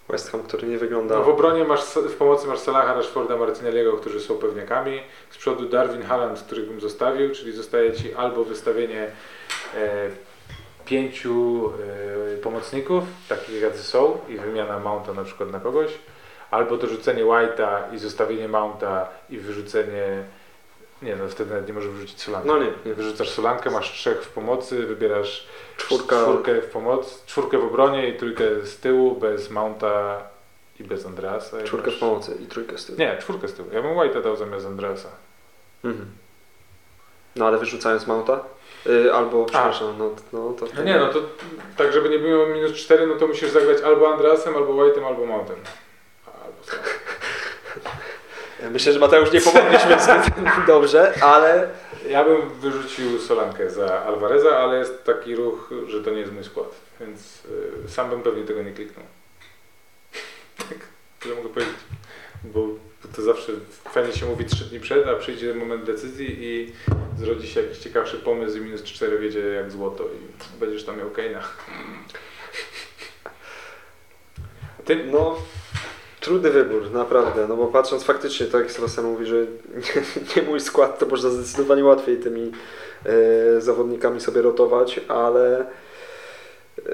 West Ham, który nie wygląda... No w obronie masz, w pomocy masz Salaha, Rashforda, Martinelliego, którzy są pewniakami. Z przodu Darwin, Haaland, których bym zostawił, czyli zostaje Ci albo wystawienie e, pięciu e, pomocników, takich jacy są, i wymiana Mounta na przykład na kogoś, albo dorzucenie White'a i zostawienie Mounta i wyrzucenie... Nie, no wtedy nawet nie możesz wyrzucić Solankę. No nie, nie. Wyrzucasz Solankę, masz trzech w pomocy, wybierasz Czwórka... czwórkę w pomocy, czwórkę w obronie i trójkę z tyłu, bez Mounta i bez Andreasa. Czwórkę masz... w pomocy i trójkę z tyłu. Nie, czwórkę z tyłu. Ja bym White'a dał zamiast Andreasa. Mhm. No ale wyrzucając Mounta? Yy, albo, przepraszam, no, no to... No nie, no to tak, żeby nie było minus cztery, no to musisz zagrać albo Andreasem, albo White'em, albo Mountem. Albo Myślę, że Mateusz nie pomogliśmy zbyt dobrze, ale... Ja bym wyrzucił Solankę za Alvareza, ale jest taki ruch, że to nie jest mój skład, więc y, sam bym pewnie tego nie kliknął. Tak, tyle mogę powiedzieć. Bo to zawsze fajnie się mówi trzy dni przed, a przyjdzie moment decyzji i zrodzi się jakiś ciekawszy pomysł i minus cztery wiedzie jak złoto i będziesz tam miał Kane'a. Ty? No... Trudny wybór, naprawdę, no bo patrząc faktycznie, tak jak Sebastian mówi, że nie, nie mój skład, to można zdecydowanie łatwiej tymi e, zawodnikami sobie rotować, ale e,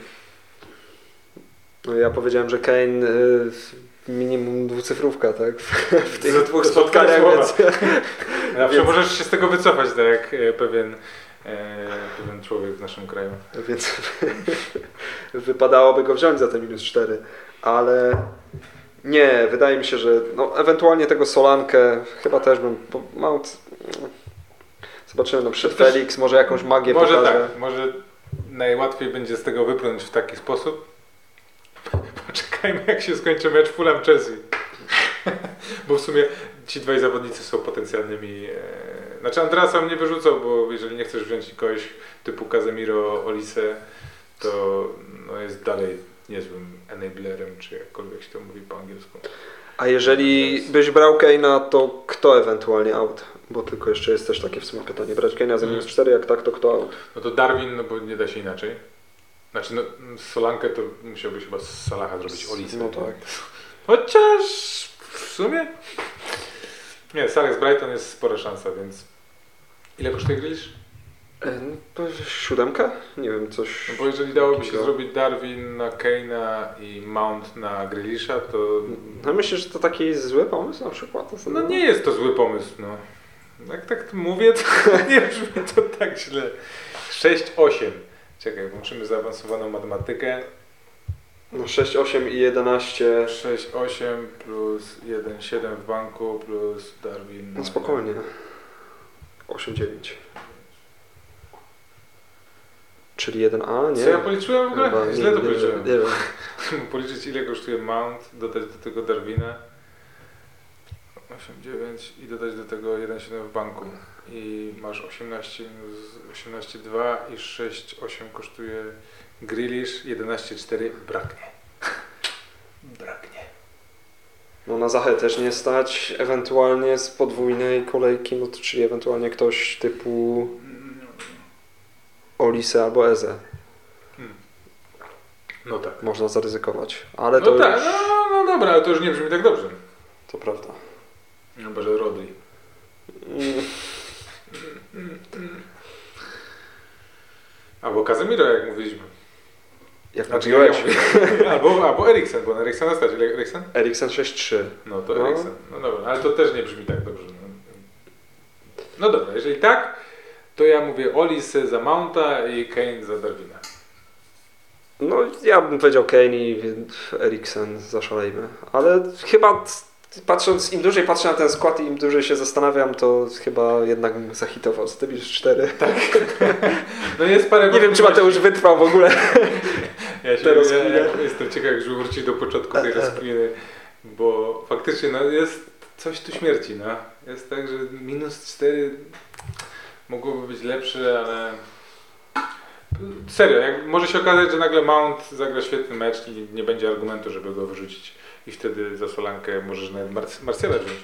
no ja powiedziałem, że Kane e, minimum dwucyfrówka, tak, w tych dwóch spotkaniach, więc... Zawsze więc... możesz się z tego wycofać, tak jak e, pewien, e, pewien człowiek w naszym kraju. Więc wypadałoby go wziąć za te minus cztery, ale... Nie, wydaje mi się, że no, ewentualnie tego Solankę chyba też bym... Mount, zobaczymy, no przed Felix może jakąś magię może pokaże. Tak, może najłatwiej będzie z tego wypłynąć w taki sposób. Poczekajmy jak się skończy mecz Fulham Chelsea. Bo w sumie ci dwaj zawodnicy są potencjalnymi... E... Znaczy Andreasa mnie wyrzucał, bo jeżeli nie chcesz wziąć kogoś typu Casemiro, Olise, to no, jest dalej niezłym enablerem, czy jakkolwiek się to mówi po angielsku. A jeżeli byś brał Kane'a, to kto ewentualnie out? Bo tylko jeszcze jest też takie w sumie pytanie. Brać Kane'a za minus cztery, jak tak, to kto out? No to Darwin, no bo nie da się inaczej. Znaczy, no Solankę to musiałbyś chyba z Salaha zrobić Olise. No tak. Chociaż w sumie... Nie, Salah z Brighton jest spora szansa, więc... Ile kosztuje Grealish? No, siódemka? Nie wiem, coś... No bo jeżeli dałoby się takiego. zrobić Darwin na Kane'a i Mount na Grealisha, to... No myślę, że to taki zły pomysł na przykład? To No nie jest to zły pomysł, no. Jak tak mówię, to nie brzmi to tak źle. sześć osiem. Czekaj, włączymy zaawansowaną matematykę. No sześć osiem i jedenaście... sześć osiem plus jeden siedem w banku plus Darwin... No spokojnie. osiem dziewięć. Czyli jeden A, nie? Co ja policzyłem w ogóle? Chyba, Źle nie, to nie, policzyłem. Nie wiem. Policzyć ile kosztuje Mount, dodać do tego Darwina osiem dziewięć i dodać do tego jeden siedem w banku. I masz osiemnaście minus osiemnaście dwa i sześć osiem kosztuje Grealish, jedenaście cztery braknie. Braknie. No na Zachę też nie stać, ewentualnie z podwójnej kolejki, no to czyli ewentualnie ktoś typu Olise albo Eze. Hmm. No tak. Można zaryzykować, ale No to tak, już... no, no dobra, ale to już nie brzmi tak dobrze. To prawda. Chyba, że Rodri. Mm. Albo Casemiro, jak mówiliśmy. Jak Znaczy, mówiłeś. ja mówię. albo, albo Eriksen, bo na Eriksena stać. Eriksen? Eriksen sześć trzy. No to No. Eriksen. No dobra, ale to też nie brzmi tak dobrze. No, no dobra, jeżeli tak, to ja mówię Olise za Mounta i Kane za Darwina. No ja bym powiedział Kane i Eriksen, zaszalejmy. Ale chyba patrząc, im dłużej patrzę na ten skład i im dłużej się zastanawiam, to chyba jednak bym zahitował z tym już cztery. Tak. No jest parę... Nie wiem, czy Mateusz wytrwał w ogóle. Ja, się, Teraz ja, chwilę. ja jestem ciekaw, jak wrócić do początku tej rozkminy, bo faktycznie no, jest coś tu śmierci. No. Jest tak, że minus cztery mogłoby być lepsze, ale serio, jak, może się okazać, że nagle Mount zagra świetny mecz i nie będzie argumentu, żeby go wyrzucić i wtedy za Solankę możesz nawet Mar- Marcela wziąć.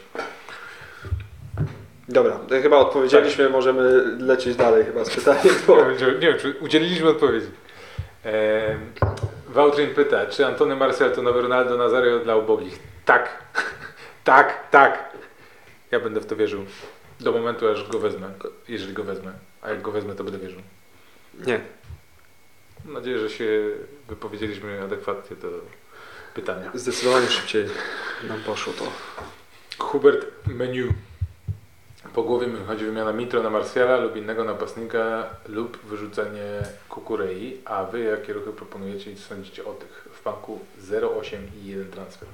Dobra, to chyba odpowiedzieliśmy, tak. Możemy lecieć dalej chyba z pytaniem. Bo... Nie wiem, czy udzieliliśmy odpowiedzi. E, Wałtrin pyta, czy Antony Martial to nowy Ronaldo Nazario dla ubogich? Tak. tak, tak. Ja będę w to wierzył. Do momentu, aż go wezmę. Jeżeli go wezmę. A jak go wezmę, to będę wierzył. Nie. Mam nadzieję, że się wypowiedzieliśmy adekwatnie do pytania. Zdecydowanie szybciej nam poszło to. Hubert Menu. Po głowie mi chodzi wymiana Mitro na Martiala lub innego napastnika lub wyrzucenie Kukurei. A wy jakie ruchy proponujecie i co sądzicie o tych? W banku zero przecinek osiem i jeden transfer.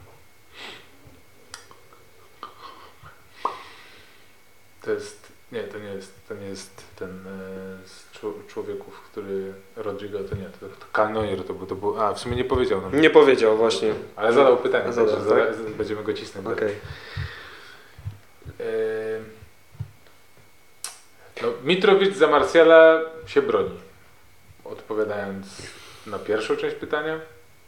To jest... Nie, to nie jest, to nie jest ten e, z czł- człowieków, który... Rodrigo to nie, to, to Kalnoyer to był, to był... A, w sumie nie powiedział nam. Nie powiedział właśnie. Ale zadał pytanie, Zadał, także tak? zada, będziemy go cisnąć. Okej. Okay. No, Mitrowicz za Martiala się broni. Odpowiadając na pierwszą część pytania.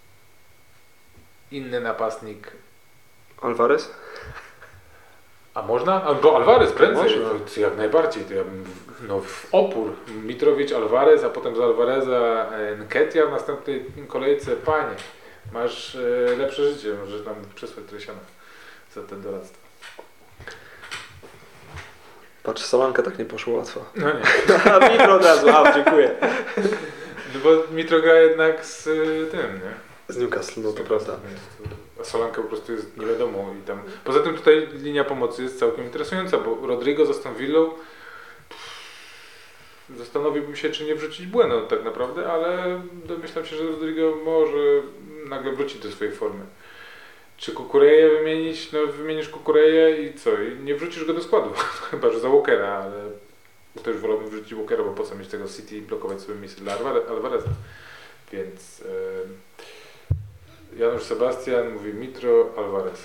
Inny napastnik. Alvarez? A można? A, bo Alvarez prędzej. Można. To, to jak najbardziej. To ja bym w, no, w opór. Mitrowicz, Alvarez, a potem z Alvareza Nketiah w następnej kolejce. Panie, masz e, lepsze życie. Może tam przesłać Tresiana za ten doradztwo. Patrz, Solanka tak nie poszło łatwo. No nie. A Mitro od razu, a dziękuję. No bo Mitro gra jednak z y, tym, nie? Z Newcastle, no to prawda. A Solanka po prostu jest nie wiadomo i tam... Poza tym tutaj linia pomocy jest całkiem interesująca, bo Rodrigo z Aston Villą zastanowiłbym się, czy nie wrzucić Bueno tak naprawdę, ale domyślam się, że Rodrigo może nagle wrócić do swojej formy. Czy Kukureję wymienić? No wymienisz Kukureję i co? I nie wrzucisz go do składu. Chyba, że za Walkera, ale to już wolałbym wrzucić Walkera, bo po co mieć tego City i blokować sobie miejsce dla Alvareza. Więc yy, Janusz Sebastian mówi Mitro, Alvarez.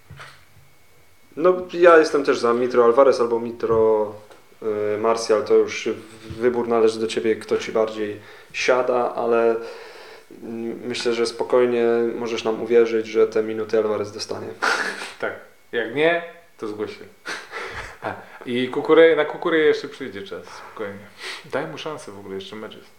No ja jestem też za Mitro Alvarez albo Mitro y, Martial, to już wybór należy do Ciebie, kto Ci bardziej siada, ale myślę, że spokojnie możesz nam uwierzyć, że te minuty Alvarez dostanie. Tak. Jak nie, to zgłoś się. I Kukureję, na Kukureję jeszcze przyjdzie czas. Spokojnie. Daj mu szansę w ogóle, jeszcze mecz jest.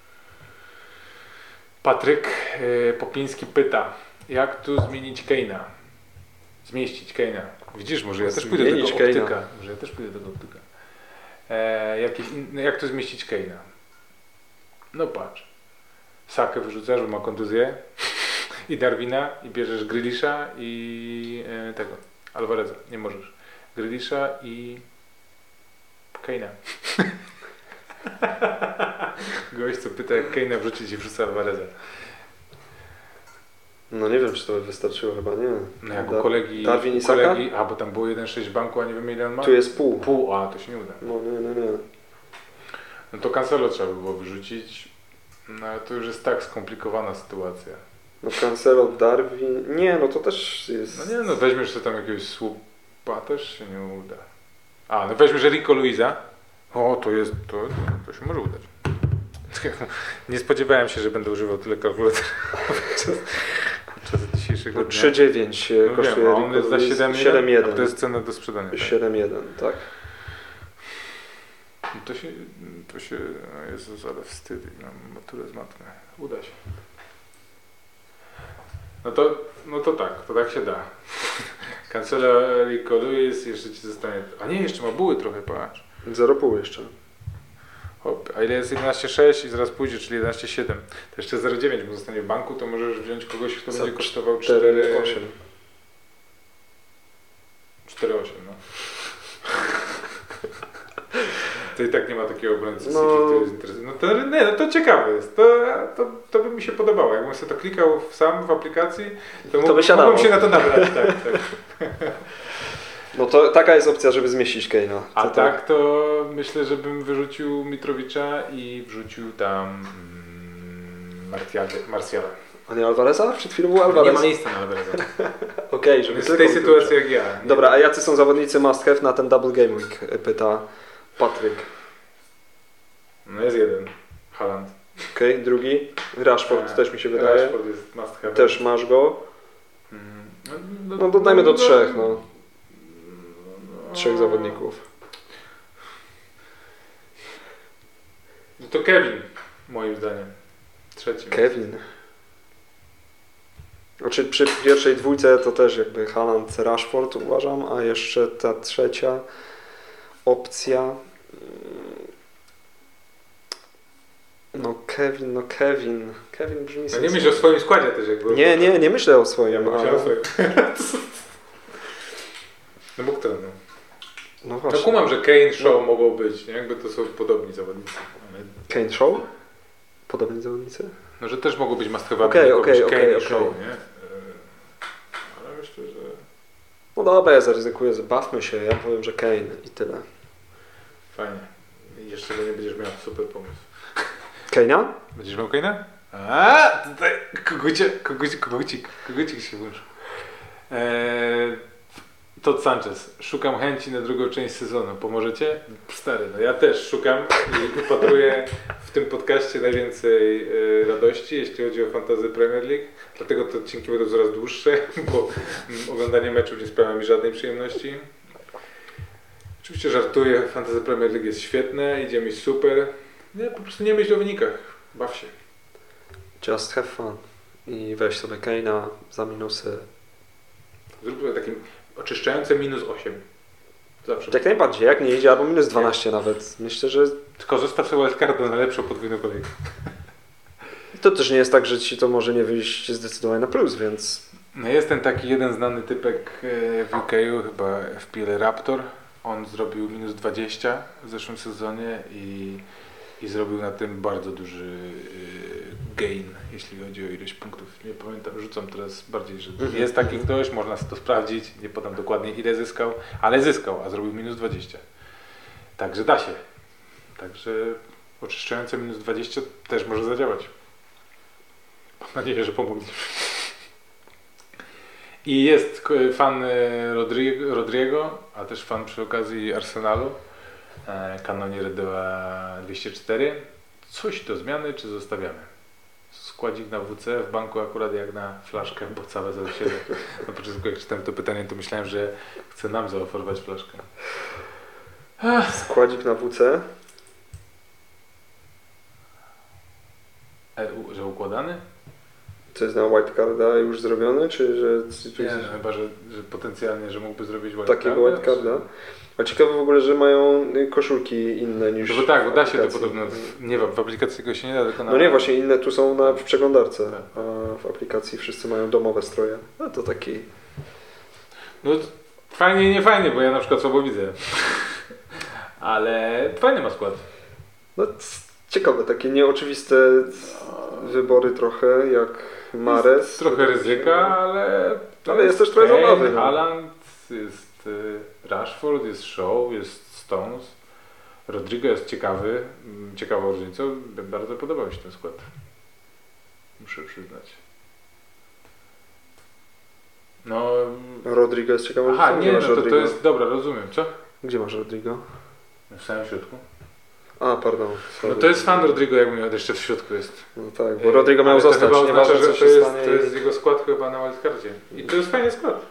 Patryk yy, Popiński pyta, jak tu zmienić Keina? Zmieścić Keina. Widzisz, może ja też pójdę do tego Zmienić optyka. Keina. Może ja też pójdę do tego optyka. E, jakieś in, jak tu zmieścić Keina? No patrz. Sakę wyrzucasz, bo ma kontuzję. I Darwina, i bierzesz Grealisha i e, tego. Alvareza. Nie możesz. Grealisha i Keina. Gość, co pyta, jak Keina wrzucić i wrzuca Alvareza. No nie wiem, czy to by wystarczyło, chyba nie. No jak Da- u kolegi, Darwin i u Saka? kolegi, a bo tam było jeden przecinek sześć banku, a nie wiem ile on ma? Tu jest pół. Pół, a to się nie uda. No nie, nie, nie. No to Cancelo trzeba by było wyrzucić. No ale to już jest tak skomplikowana sytuacja. No Cancelo, Darwin... Nie, no to też jest... No nie no, weźmiesz sobie tam jakiegoś słupa, też się nie uda. A, no weźmiesz Rico Luisa. O, to jest, to, to się może udać. Nie spodziewałem się, że będę używał tyle kalkulatorów podczas, podczas dzisiejszego No dnia. trzy dziewięć No kosztuje wiem, a on jest za Rico siedem Lewis. siedem jeden, a jeden. to jest cena do sprzedania. Tak? siedem jeden, tak. No to się, to się, o Jezus, ale wstyd, mam maturę z matmy. Uda się. No to, no to tak, to tak się da. Cancelo, Rico Lewis, jeszcze ci zostanie, a nie, jeszcze ma buły trochę, patrz. zero pół jeszcze. Hop, a ile jest jedenaście sześć i zaraz pójdzie, czyli jedenaście siedem. To jeszcze zero dziewięć mu zostanie w banku, to możesz wziąć kogoś, kto Za będzie kosztował cztery cztery osiem. cztery osiem, no. To i tak nie ma takiego obrońcy No. City, który jest interesujący. No to, nie, no to ciekawe jest. To, to, to by mi się podobało. Jakbym sobie to klikał sam w aplikacji, to, To mógł, by siadało. mógłbym się na to nabrać. Tak, tak. No to taka jest opcja, żeby zmieścić Kane'a. A To tak to myślę, że bym wyrzucił Mitrowicza i wrzucił tam mm, Martial- Martiala. A nie Alvareza? Przed chwilą był Nie Alvarez. ma miejsca na Alvareza. Okej, żeby Jest w tylko tej sytuacji jak ja. Nie? Dobra, a jacy są zawodnicy must have na ten double game week? Pyta Patryk. No jest jeden. Haaland. Okej, drugi. Rashford E, też mi się wydaje. Rashford jest must have. Też masz go. Mm, No dodajmy do trzech, no. Trzech zawodników. No to Kevin, moim zdaniem. Trzeci. Kevin. Znaczy przy pierwszej dwójce to też jakby Haaland, Rashford uważam, a jeszcze ta trzecia opcja. No Kevin, no Kevin. Kevin brzmi No nie myśl o swoim składzie też jakby. Nie, nie, nie myślę o swoim. Ja myślę ale... o swoim. No bo kto no? No No właśnie. kumam, że Kane, Shaw mogą być, nie? Jakby to są podobni zawodnicy. Ale... Kane Shaw? Podobni zawodnicy? No, że też mogą być must-have'ami Okej, kogoś, okej, Kane okej, i okej. Shaw, nie? Yy, Ale myślę, że... No dobra, ja zaryzykuję, zabawmy się, ja powiem, że Kane i tyle. Fajnie. I jeszcze go nie będziesz miał super pomysł. Kane'a? Będziesz miał Kane'a? A, tutaj kogucie, kogucie, kogucik, kogucik się włączył. Eee, Todd Sanchez. Szukam chęci na drugą część sezonu. Pomożecie? Stary, no ja też szukam i wypatruję w tym podcaście najwięcej e, radości, jeśli chodzi o Fantasy Premier League. Dlatego te odcinki będą coraz dłuższe, bo mm, oglądanie meczów nie sprawia mi żadnej przyjemności. Oczywiście żartuję, Fantasy Premier League jest świetne, idzie mi super. Nie, po prostu nie myśl o wynikach. Baw się. Just have fun. I weź sobie Kane'a za minusy. Zrób sobie takim oczyszczające minus osiem. Zawsze. Jak najbardziej, jak nie idzie, albo minus dwanaście nawet. Myślę, że Tylko zostaw sobie wildcarda na lepszą podwójną kolejkę. to też nie jest tak, że ci to może nie wyjść zdecydowanie na plus, więc... No jest ten taki jeden znany typek e, w U K u, chyba F P L Raptor. On zrobił minus dwadzieścia w zeszłym sezonie i, i zrobił na tym bardzo duży e, gain, jeśli chodzi o ilość punktów. Nie pamiętam, rzucam teraz bardziej, że Mhm. jest taki ktoś, można sobie to sprawdzić, nie podam dokładnie ile zyskał, ale zyskał, a zrobił minus dwadzieścia. Także da się. Także oczyszczające minus dwadzieścia też może zadziałać. Mam nadzieję, że pomogniesz. I jest k- fan e, Rodri- Rodriego, a też fan przy okazji Arsenalu. E, Kanonier dwieście cztery. Coś do zmiany, czy zostawiamy? Składzik na W C w banku akurat jak na flaszkę, bo całe za siebie. Na początku jak czytałem to pytanie, to myślałem, że chce nam zaoferować flaszkę. Składzik na W C. E, u- że układany? To jest na whitecarda już zrobione, czy że... Nie, no, chyba, że, że potencjalnie, że mógłby zrobić Takiego whitecarda. A ciekawe w ogóle, że mają koszulki inne niż... No bo tak, bo da się to aplikacji. podobno, w, nie w aplikacji tego się nie da, tylko na... No nie, właśnie inne tu są na, w przeglądarce, Tak. a w aplikacji wszyscy mają domowe stroje. No to taki... No fajnie i nie fajnie, bo ja na przykład słabo widzę. Ale fajny ma skład. No c- ciekawe, takie nieoczywiste wybory trochę, jak Mahrez. Trochę ryzyka, ale... Ale jest też trochę Kane, zabawy, no. Haaland, jest y, Rashford, jest Shaw, jest Stones. Rodrigo jest ciekawy, mm, ciekawą różnicą. Bardzo podobał mi się ten skład. Muszę przyznać. No... Rodrigo jest ciekawy. Aha, Gdzie nie, no masz to, to Rodrigo? jest... Dobra, rozumiem. Co? Gdzie masz Rodrigo? W samym środku. A, pardon. No sorry. to jest fan Rodrigo, jak mówię, jeszcze w środku jest. No tak, bo Rodrigo miał Ale to zostać, chyba nieważne oznacza, co że się to jest, stanie. to jest jego skład chyba na wildcardzie. I to jest fajny skład.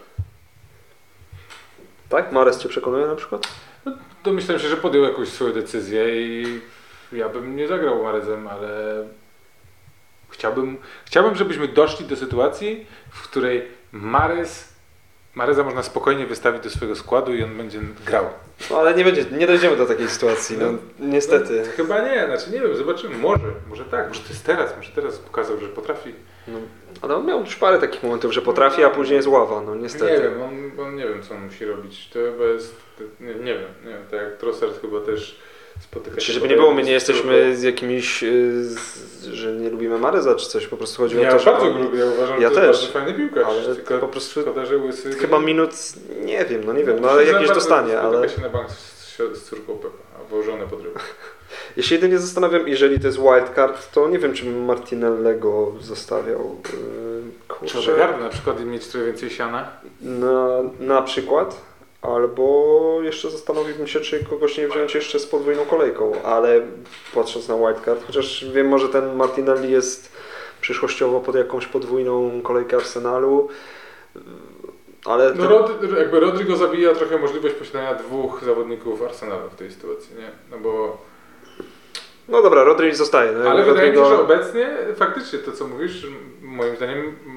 Tak? Mahrez cię przekonuje na przykład? Domyślam się, że podjął jakąś swoją decyzję i ja bym nie zagrał Mahrezem, ale chciałbym, chciałbym, żebyśmy doszli do sytuacji, w której Mahrez, Mahreza można spokojnie wystawić do swojego składu i on będzie grał. No ale nie będzie, nie dojdziemy do takiej sytuacji, no, niestety. No, chyba nie, znaczy nie wiem, zobaczymy, może, może tak, może to jest teraz, może teraz pokazał, że potrafi. No, ale on miał już parę takich momentów, że potrafi, a później jest ława, no niestety. Nie wiem, on, on nie wiem, co on musi robić. To chyba jest, nie, nie wiem, nie wiem, tak jak Trossard chyba też spotyka się. Czy żeby nie było, my nie jesteśmy z jakimiś, y, z, że nie lubimy Mahreza czy coś, po prostu chodzi Ja o to, że bardzo on- go lubię, ja uważam, Ja że to też, jest bardzo fajny piłkarz, ale tylko po prostu szkoda, że łysy... chyba minut, nie wiem, no nie wiem, no ale jakieś dostanie, Spotyka ale się na bank z, z córką Pepa, albo żonę pod rybą. ja się jedynie zastanawiam, jeżeli to jest wildcard, to nie wiem, czy bym Martinellego zostawiał. Yy, Czy kurczę, Odegaard na przykład i mieć trochę więcej siana? na, na przykład, albo jeszcze zastanowiłbym się, czy kogoś nie wziąć jeszcze z podwójną kolejką, ale patrząc na wildcard, chociaż wiem, może ten Martinelli jest przyszłościowo pod jakąś podwójną kolejkę Arsenalu, ale No ten- Rod, jakby Rodrigo zabija trochę możliwość posiadania dwóch zawodników Arsenalu w tej sytuacji, nie? No bo... no dobra, Rodri zostaje. No, Ale wydaje mi się, Rodrigo- że obecnie faktycznie to, co mówisz, moim zdaniem mm,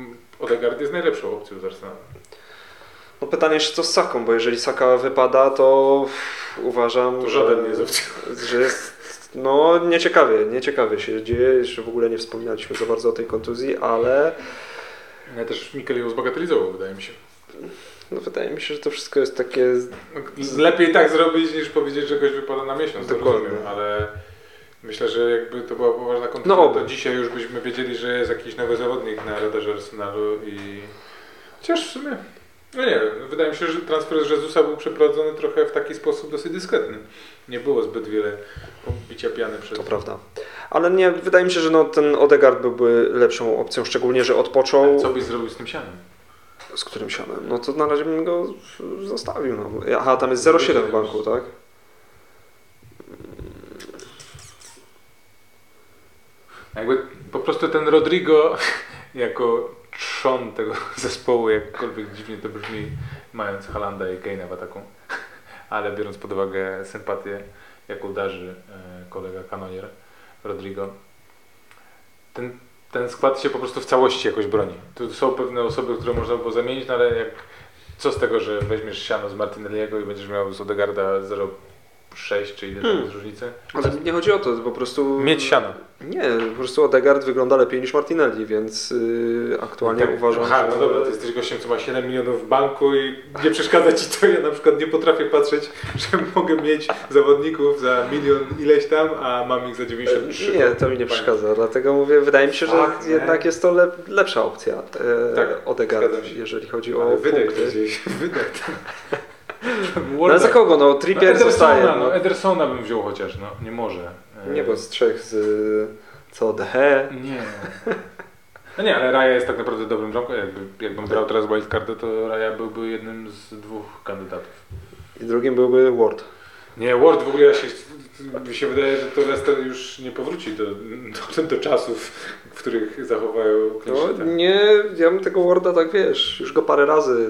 Odegaard jest najlepszą opcją z Arsenalu. No pytanie jeszcze co z Saką, bo jeżeli Saka wypada, to uważam, To że, żaden nie jest opcją. że jest no nieciekawie, nieciekawie się dzieje, jeszcze w ogóle nie wspominaliśmy za bardzo o tej kontuzji, ale Ja też Mikel ją zbagatelizował, wydaje mi się. no wydaje mi się, że to wszystko jest takie... Lepiej tak zrobić, niż powiedzieć, że goś wypada na miesiąc, to Dokładnie. rozumiem, ale myślę, że jakby to była poważna kontuzja, No oby. to dzisiaj już byśmy wiedzieli, że jest jakiś nowy zawodnik na radarze Arsenalu i chociaż w sumie, no nie wiem, wydaje mi się, że transfer z Jezusa był przeprowadzony trochę w taki sposób dosyć dyskretny. Nie było zbyt wiele bicia piany przed... To prawda. Ale nie, wydaje mi się, że no, ten Odegaard byłby lepszą opcją, szczególnie, że odpoczął. Ale co byś zrobił z tym sianem? Z którym sianem? No to na razie bym go zostawił. No. Aha, tam jest zero przecinek siedem w banku, tak? Jakby po prostu ten Rodrigo jako trzon tego zespołu, jakkolwiek dziwnie to brzmi, mając Haalanda i Kane'a w ataku, ale biorąc pod uwagę sympatię, jaką darzy kolega kanonier Rodrigo, ten, ten skład się po prostu w całości jakoś broni. Tu są pewne osoby, które można było zamienić, no ale jak, co z tego, że weźmiesz siano z Martinelliego i będziesz miał z Odegaarda zero przecinek sześć czy ile tam Hmm. jest różnicy? Ale nie chodzi o to, po prostu... Mieć siano. Nie, po prostu Odegaard wygląda lepiej niż Martinelli, więc yy, aktualnie Tak, uważam, aha, że... no dobra, ty jesteś gościem, co ma siedem milionów w banku i nie przeszkadza ci to. Ja na przykład nie potrafię patrzeć, że mogę mieć zawodników za milion ileś tam, a mam ich za dziewięćdziesiąt trzy. Nie, to mi nie przeszkadza, dlatego mówię, wydaje mi się, że Fakt, jednak nie? jest to lep, lepsza opcja e, Tak, Odegaard, zgadzam się. jeżeli chodzi o Ale wydaj punkty. gdzieś, wydaj tam. No ale za kogo? No Trippier no, zostaje. Edersona, No. no Edersona bym wziął chociaż, no nie może. Nie, bo z trzech z... co? De Nie. No nie, ale Raja jest tak naprawdę dobrym bramką. Jakby, jakbym brał teraz wildcardę, to Raja byłby jednym z dwóch kandydatów. i drugim byłby Ward. Nie, Ward w ogóle ja się, mi się wydaje, że to Leicester już nie powróci do, do, do czasów, w których zachowają No, kliszeta. nie, ja bym tego Warda tak wiesz, już go parę razy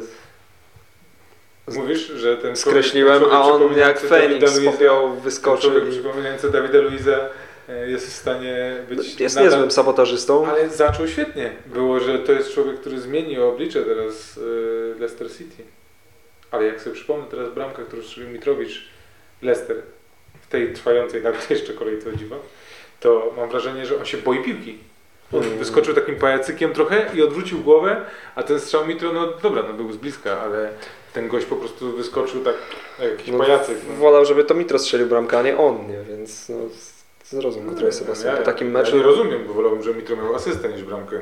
Mówisz, że ten skreśliłem, człowiek a on jak przypominający Feniks Dawida Luiza- popiał, ten wyskoczył człowiek i przypominający Dawida Luiza e, jest w stanie być jest nadal- niezłym sabotażystą. Ale zaczął świetnie. Było, że to jest człowiek, który zmienił oblicze teraz e, Leicester City. Ale jak sobie przypomnę teraz bramkę, którą strzelił Mitrowicz Leicester w tej trwającej nawet jeszcze kolejce o dziwo, to mam wrażenie, że on się boi piłki. On Mm. wyskoczył takim pajacykiem trochę i odwrócił głowę, a ten strzał Mitro, no dobra, no był z bliska, ale ten gość po prostu wyskoczył tak jak jakiś No, pajacyk. No. Wolał, żeby to Mitro strzelił bramkę, a nie on, nie? Więc no, zrozum go trochę ja, Sebastian. ja, Po takim ja meczu... nie rozumiem, bo wolałbym, żeby Mitro miał asystę niż bramkę.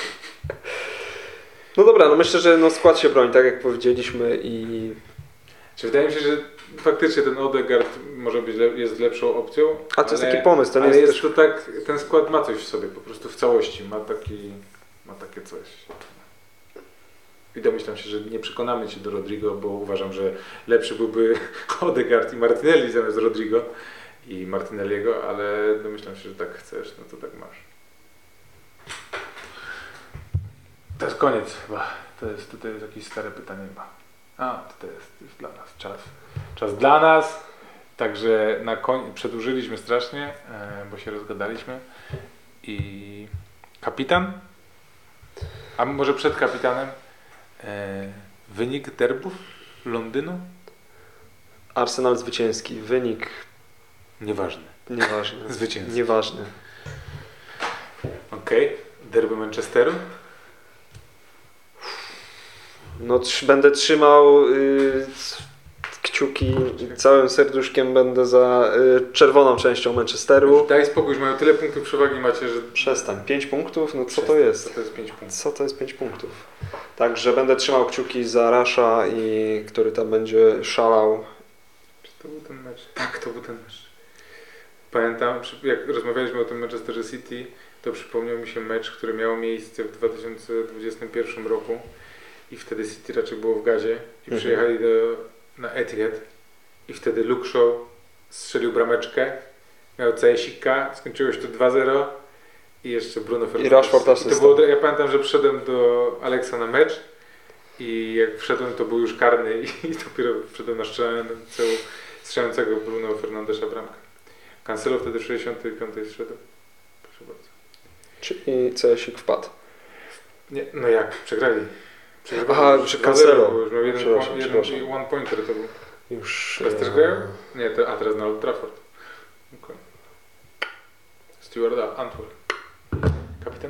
No dobra, no myślę, że no skład się broni, tak jak powiedzieliśmy i... Czy wydaje mi się, że faktycznie ten Odegaard może być le- jest lepszą opcją. A to jest ale- taki pomysł, to nie ale jest jest też... to tak, ten skład ma coś w sobie, po prostu w całości, ma taki, ma takie coś. I domyślam się, że nie przekonamy Cię do Rodrigo, bo uważam, że lepszy byłby Odegaard i Martinelli zamiast Rodrigo i Martinelliego, ale domyślam się, że tak chcesz, no to tak masz. To jest koniec chyba. To jest, to jest jakieś stare pytanie chyba. A, to jest już dla nas czas. Czas dla nas. Także na koń... przedłużyliśmy strasznie, e, bo się rozgadaliśmy. I kapitan? A może przed kapitanem? E, wynik derbów Londynu? Arsenal zwycięski, wynik Nieważny. nieważny. Zwycięski. Nieważny. Okej. Okay. Derby Manchesteru? No trz- będę trzymał y, kciuki całym serduszkiem, będę za y, czerwoną częścią Manchesteru. Daj spokój, już mają tyle punktów przewagi macie, że... Przestań, pięć punktów? No co Przestań, to jest? Co to jest pięć punktów? Co to jest pięć punktów? Także będę trzymał kciuki za Rasha, i który tam będzie szalał. Czy to był ten mecz? Tak, to był ten mecz. Pamiętam, jak rozmawialiśmy o tym Manchester City, to przypomniał mi się mecz, który miał miejsce w dwa tysiące dwudziestym pierwszym roku i wtedy City raczej było w gazie i Mhm. przyjechali do, na Etihad i wtedy Luke Shaw strzelił brameczkę, miał całesika, skończyło się to dwa zero i jeszcze Bruno Fernandes. I Rashford I to asysta. było, ja pamiętam, że przyszedłem do Alexa na mecz i jak wszedłem, to był już karny i, i dopiero wszedłem na strzelającego, strzelającego Bruno Fernandesza bramkę. Cancelo wtedy w sześćdziesiątej piątej zszedł. Proszę bardzo. Czyli C S ik wpadł. Nie, no jak? Przegrali. Aha, że Cancelo. Już miał jeden, Przepraszam, po, jeden przepraszam. one pointer to był. Już... Teraz też e, grają? Nie, to, a teraz na Old Trafford. Okay. Stewarda, Antwerp. Kapitan?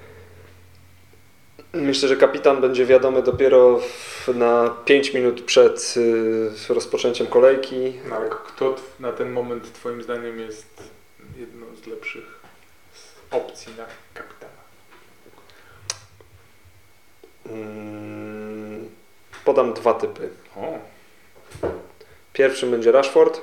Myślę, że kapitan będzie wiadomy dopiero w, na pięć minut przed y, rozpoczęciem kolejki. No, ale kto t- na ten moment twoim zdaniem jest jedną z lepszych opcji na kapitana? Mm, podam dwa typy. O, Pierwszym będzie Rashford.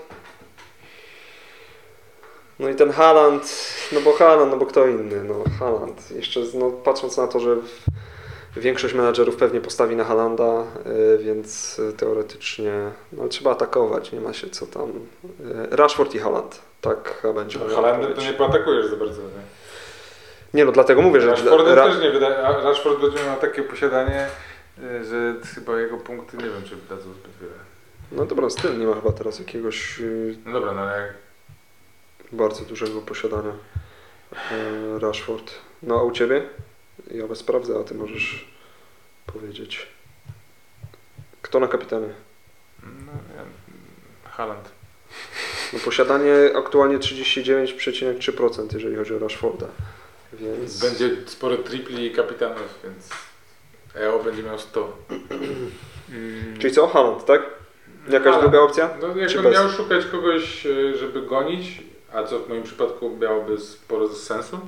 No i ten Haaland, no bo Haaland, no bo kto inny, no Haaland. Jeszcze no, patrząc na to, że w, większość menadżerów pewnie postawi na Haalanda, y, więc y, teoretycznie no, trzeba atakować, nie ma się co tam. Y, Rashford i Haaland, tak chyba będzie. moja Halandem to odpowiedź. nie pooatakujesz za bardzo. Nie? Nie no, dlatego mówię, że... Rashfordem Ra- też nie wydaje. a Rashford będzie miał takie posiadanie, y, że chyba jego punkty nie wiem, czy wydadzą zbyt wiele. No dobra, z tym nie ma chyba teraz jakiegoś y, No dobra, no ale jak bardzo dużego posiadania. Y, Rashford. No a u Ciebie? Ja bez sprawdzę, a Ty możesz powiedzieć. Kto na kapitanie? no, ja, Haaland. No posiadanie aktualnie trzydzieści dziewięć przecinek trzy procent, jeżeli chodzi o Rashforda. Więc... Będzie sporo tripli i kapitanów, więc E O będzie miał sto. Mm. Czyli co? Haaland, tak? Jakaś Haaland. druga opcja? No jak Czy on bez? miał szukać kogoś, e, żeby gonić, a co w moim przypadku miałoby sporo sensu,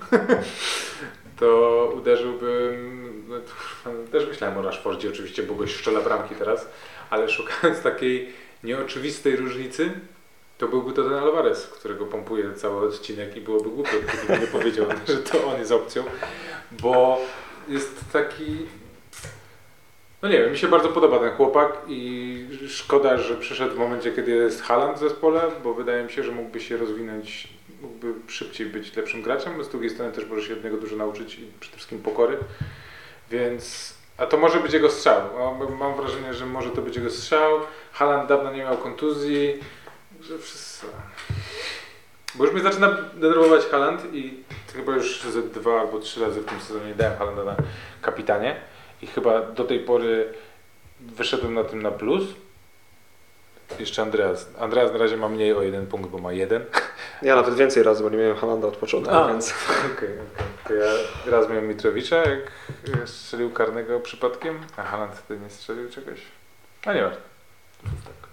to uderzyłbym, no, też myślałem o Rashfordzie oczywiście, bo goś strzela bramki teraz, ale szukając takiej nieoczywistej różnicy, to byłby to ten Alvarez, którego pompuje cały odcinek i byłoby głupio, gdybym nie powiedział, że to on jest opcją, bo jest taki... No nie wiem, mi się bardzo podoba ten chłopak i szkoda, że przyszedł w momencie, kiedy jest Haaland w zespole, bo wydaje mi się, że mógłby się rozwinąć, mógłby szybciej być lepszym graczem, z drugiej strony też może się od niego dużo nauczyć i przede wszystkim pokory, więc... A to może być jego strzał. O, mam wrażenie, że może to być jego strzał. Haaland dawno nie miał kontuzji, że wszyscy... Bo już mnie zaczyna denerwować Haaland i chyba już ze dwa albo trzy razy w tym sezonie dałem Haalanda na kapitanie. I chyba do tej pory wyszedłem na tym na plus. Jeszcze Andreas. Andreas na razie ma mniej o jeden punkt, bo ma jeden. Ja nawet więcej razy, bo nie miałem Haalanda od początku, A, więc... Okej, okay, okay. To ja raz miałem Mitrowicza, jak strzelił karnego przypadkiem, a Haaland wtedy nie strzelił czegoś. A nie warto. Tak.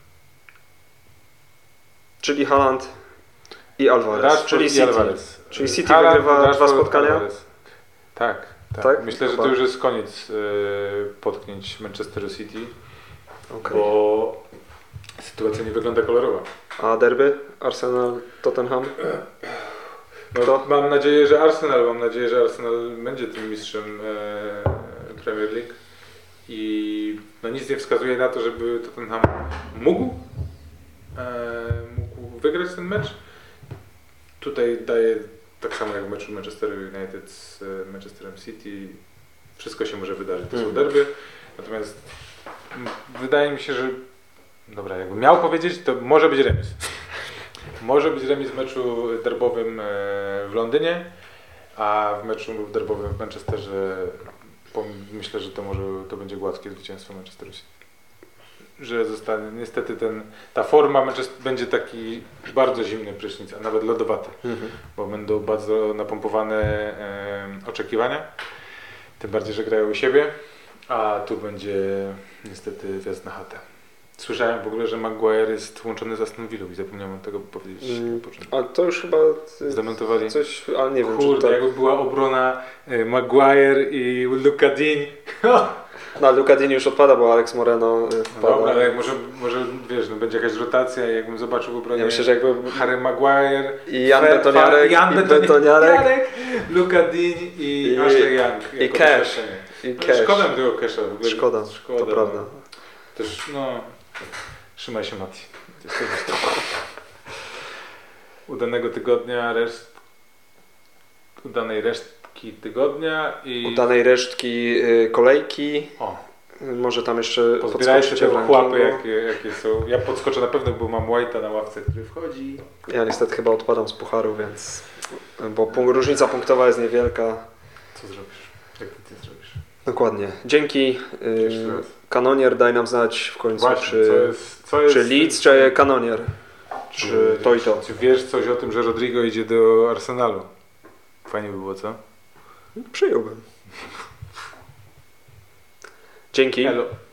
Czyli Haaland i Alvarez. Rashford czyli i City. Alvarez. Czyli City Haaland, wygrywa Rashford, dwa spotkania? Alvarez. Tak, tak. Tak? Myślę, że Chyba. to już jest koniec yy, potknięć Manchesteru City, Okay. bo sytuacja nie wygląda kolorowa. A derby? Arsenal, Tottenham? No, Kto? mam nadzieję, że Arsenal, mam nadzieję, że Arsenal będzie tym mistrzem e, Premier League i no, nic nie wskazuje na to, żeby Tottenham mógł, e, mógł wygrać ten mecz. Tutaj daje tak samo jak w meczu Manchester United z e, Manchesterem City, wszystko się może wydarzyć, to są Mhm. derby, natomiast m, wydaje mi się, że dobra, jakbym miał powiedzieć, to może być remis. Może być remis w meczu derbowym w Londynie, a w meczu derbowym w Manchesterze myślę, że to może to będzie gładkie zwycięstwo Manchesteru City. Że zostanie, niestety ten, ta forma Manchester będzie taki bardzo zimny prysznic, a nawet lodowaty, Mhm. bo będą bardzo napompowane e, oczekiwania, tym bardziej, że grają u siebie, a tu będzie niestety wjazd na chatę. Słyszałem w ogóle, że Maguire jest łączony z Aston Villą i zapomniałem tego powiedzieć Mm, na początku. A to już chyba y, Zdementowali. coś, ale nie wiem, Kurde, czy tak. jakby była obrona y, Maguire i Luka Dean. No, Luka Dini już odpada, bo Alex Moreno y, wpada. Dobra, ale jak może, może wiesz, no będzie jakaś rotacja i jakbym zobaczył w obronie Ja myślę, że jakby Harry Maguire, i Jan Fe- Betoniarek, Jan i Betoni- Betoniarek Jarek, Luka Dean i, I- Ashley Young. i jako Cash. doświadczenie. i No, Cash. szkoda tego Casha w ogóle. Szkoda, Szkoda to no. prawda. Też, no, trzymaj się Mati. Udanego tygodnia, reszt... udanej resztki tygodnia i... Udanej resztki y, kolejki. O, Y, Może tam jeszcze pozbierajcie podskoczycie w te chłapy, rankingu. jakie, jakie są. Ja podskoczę na pewno, bo mam White'a na ławce, który wchodzi. Ja niestety chyba odpadam z pucharu, więc... Bo punk- różnica punktowa jest niewielka. Co zrobisz? Jak ty, ty zrobisz? Dokładnie. Dzięki. Jeszcze Yy, raz. Kanonier, daj nam znać w końcu, Właśnie, czy, co jest, co jest, czy Leeds, czy Kanonier. Czy to i to. Czy wiesz coś o tym, że Rodrigo idzie do Arsenalu? Fajnie by było, co? Przyjąłbym. Dzięki. Hello.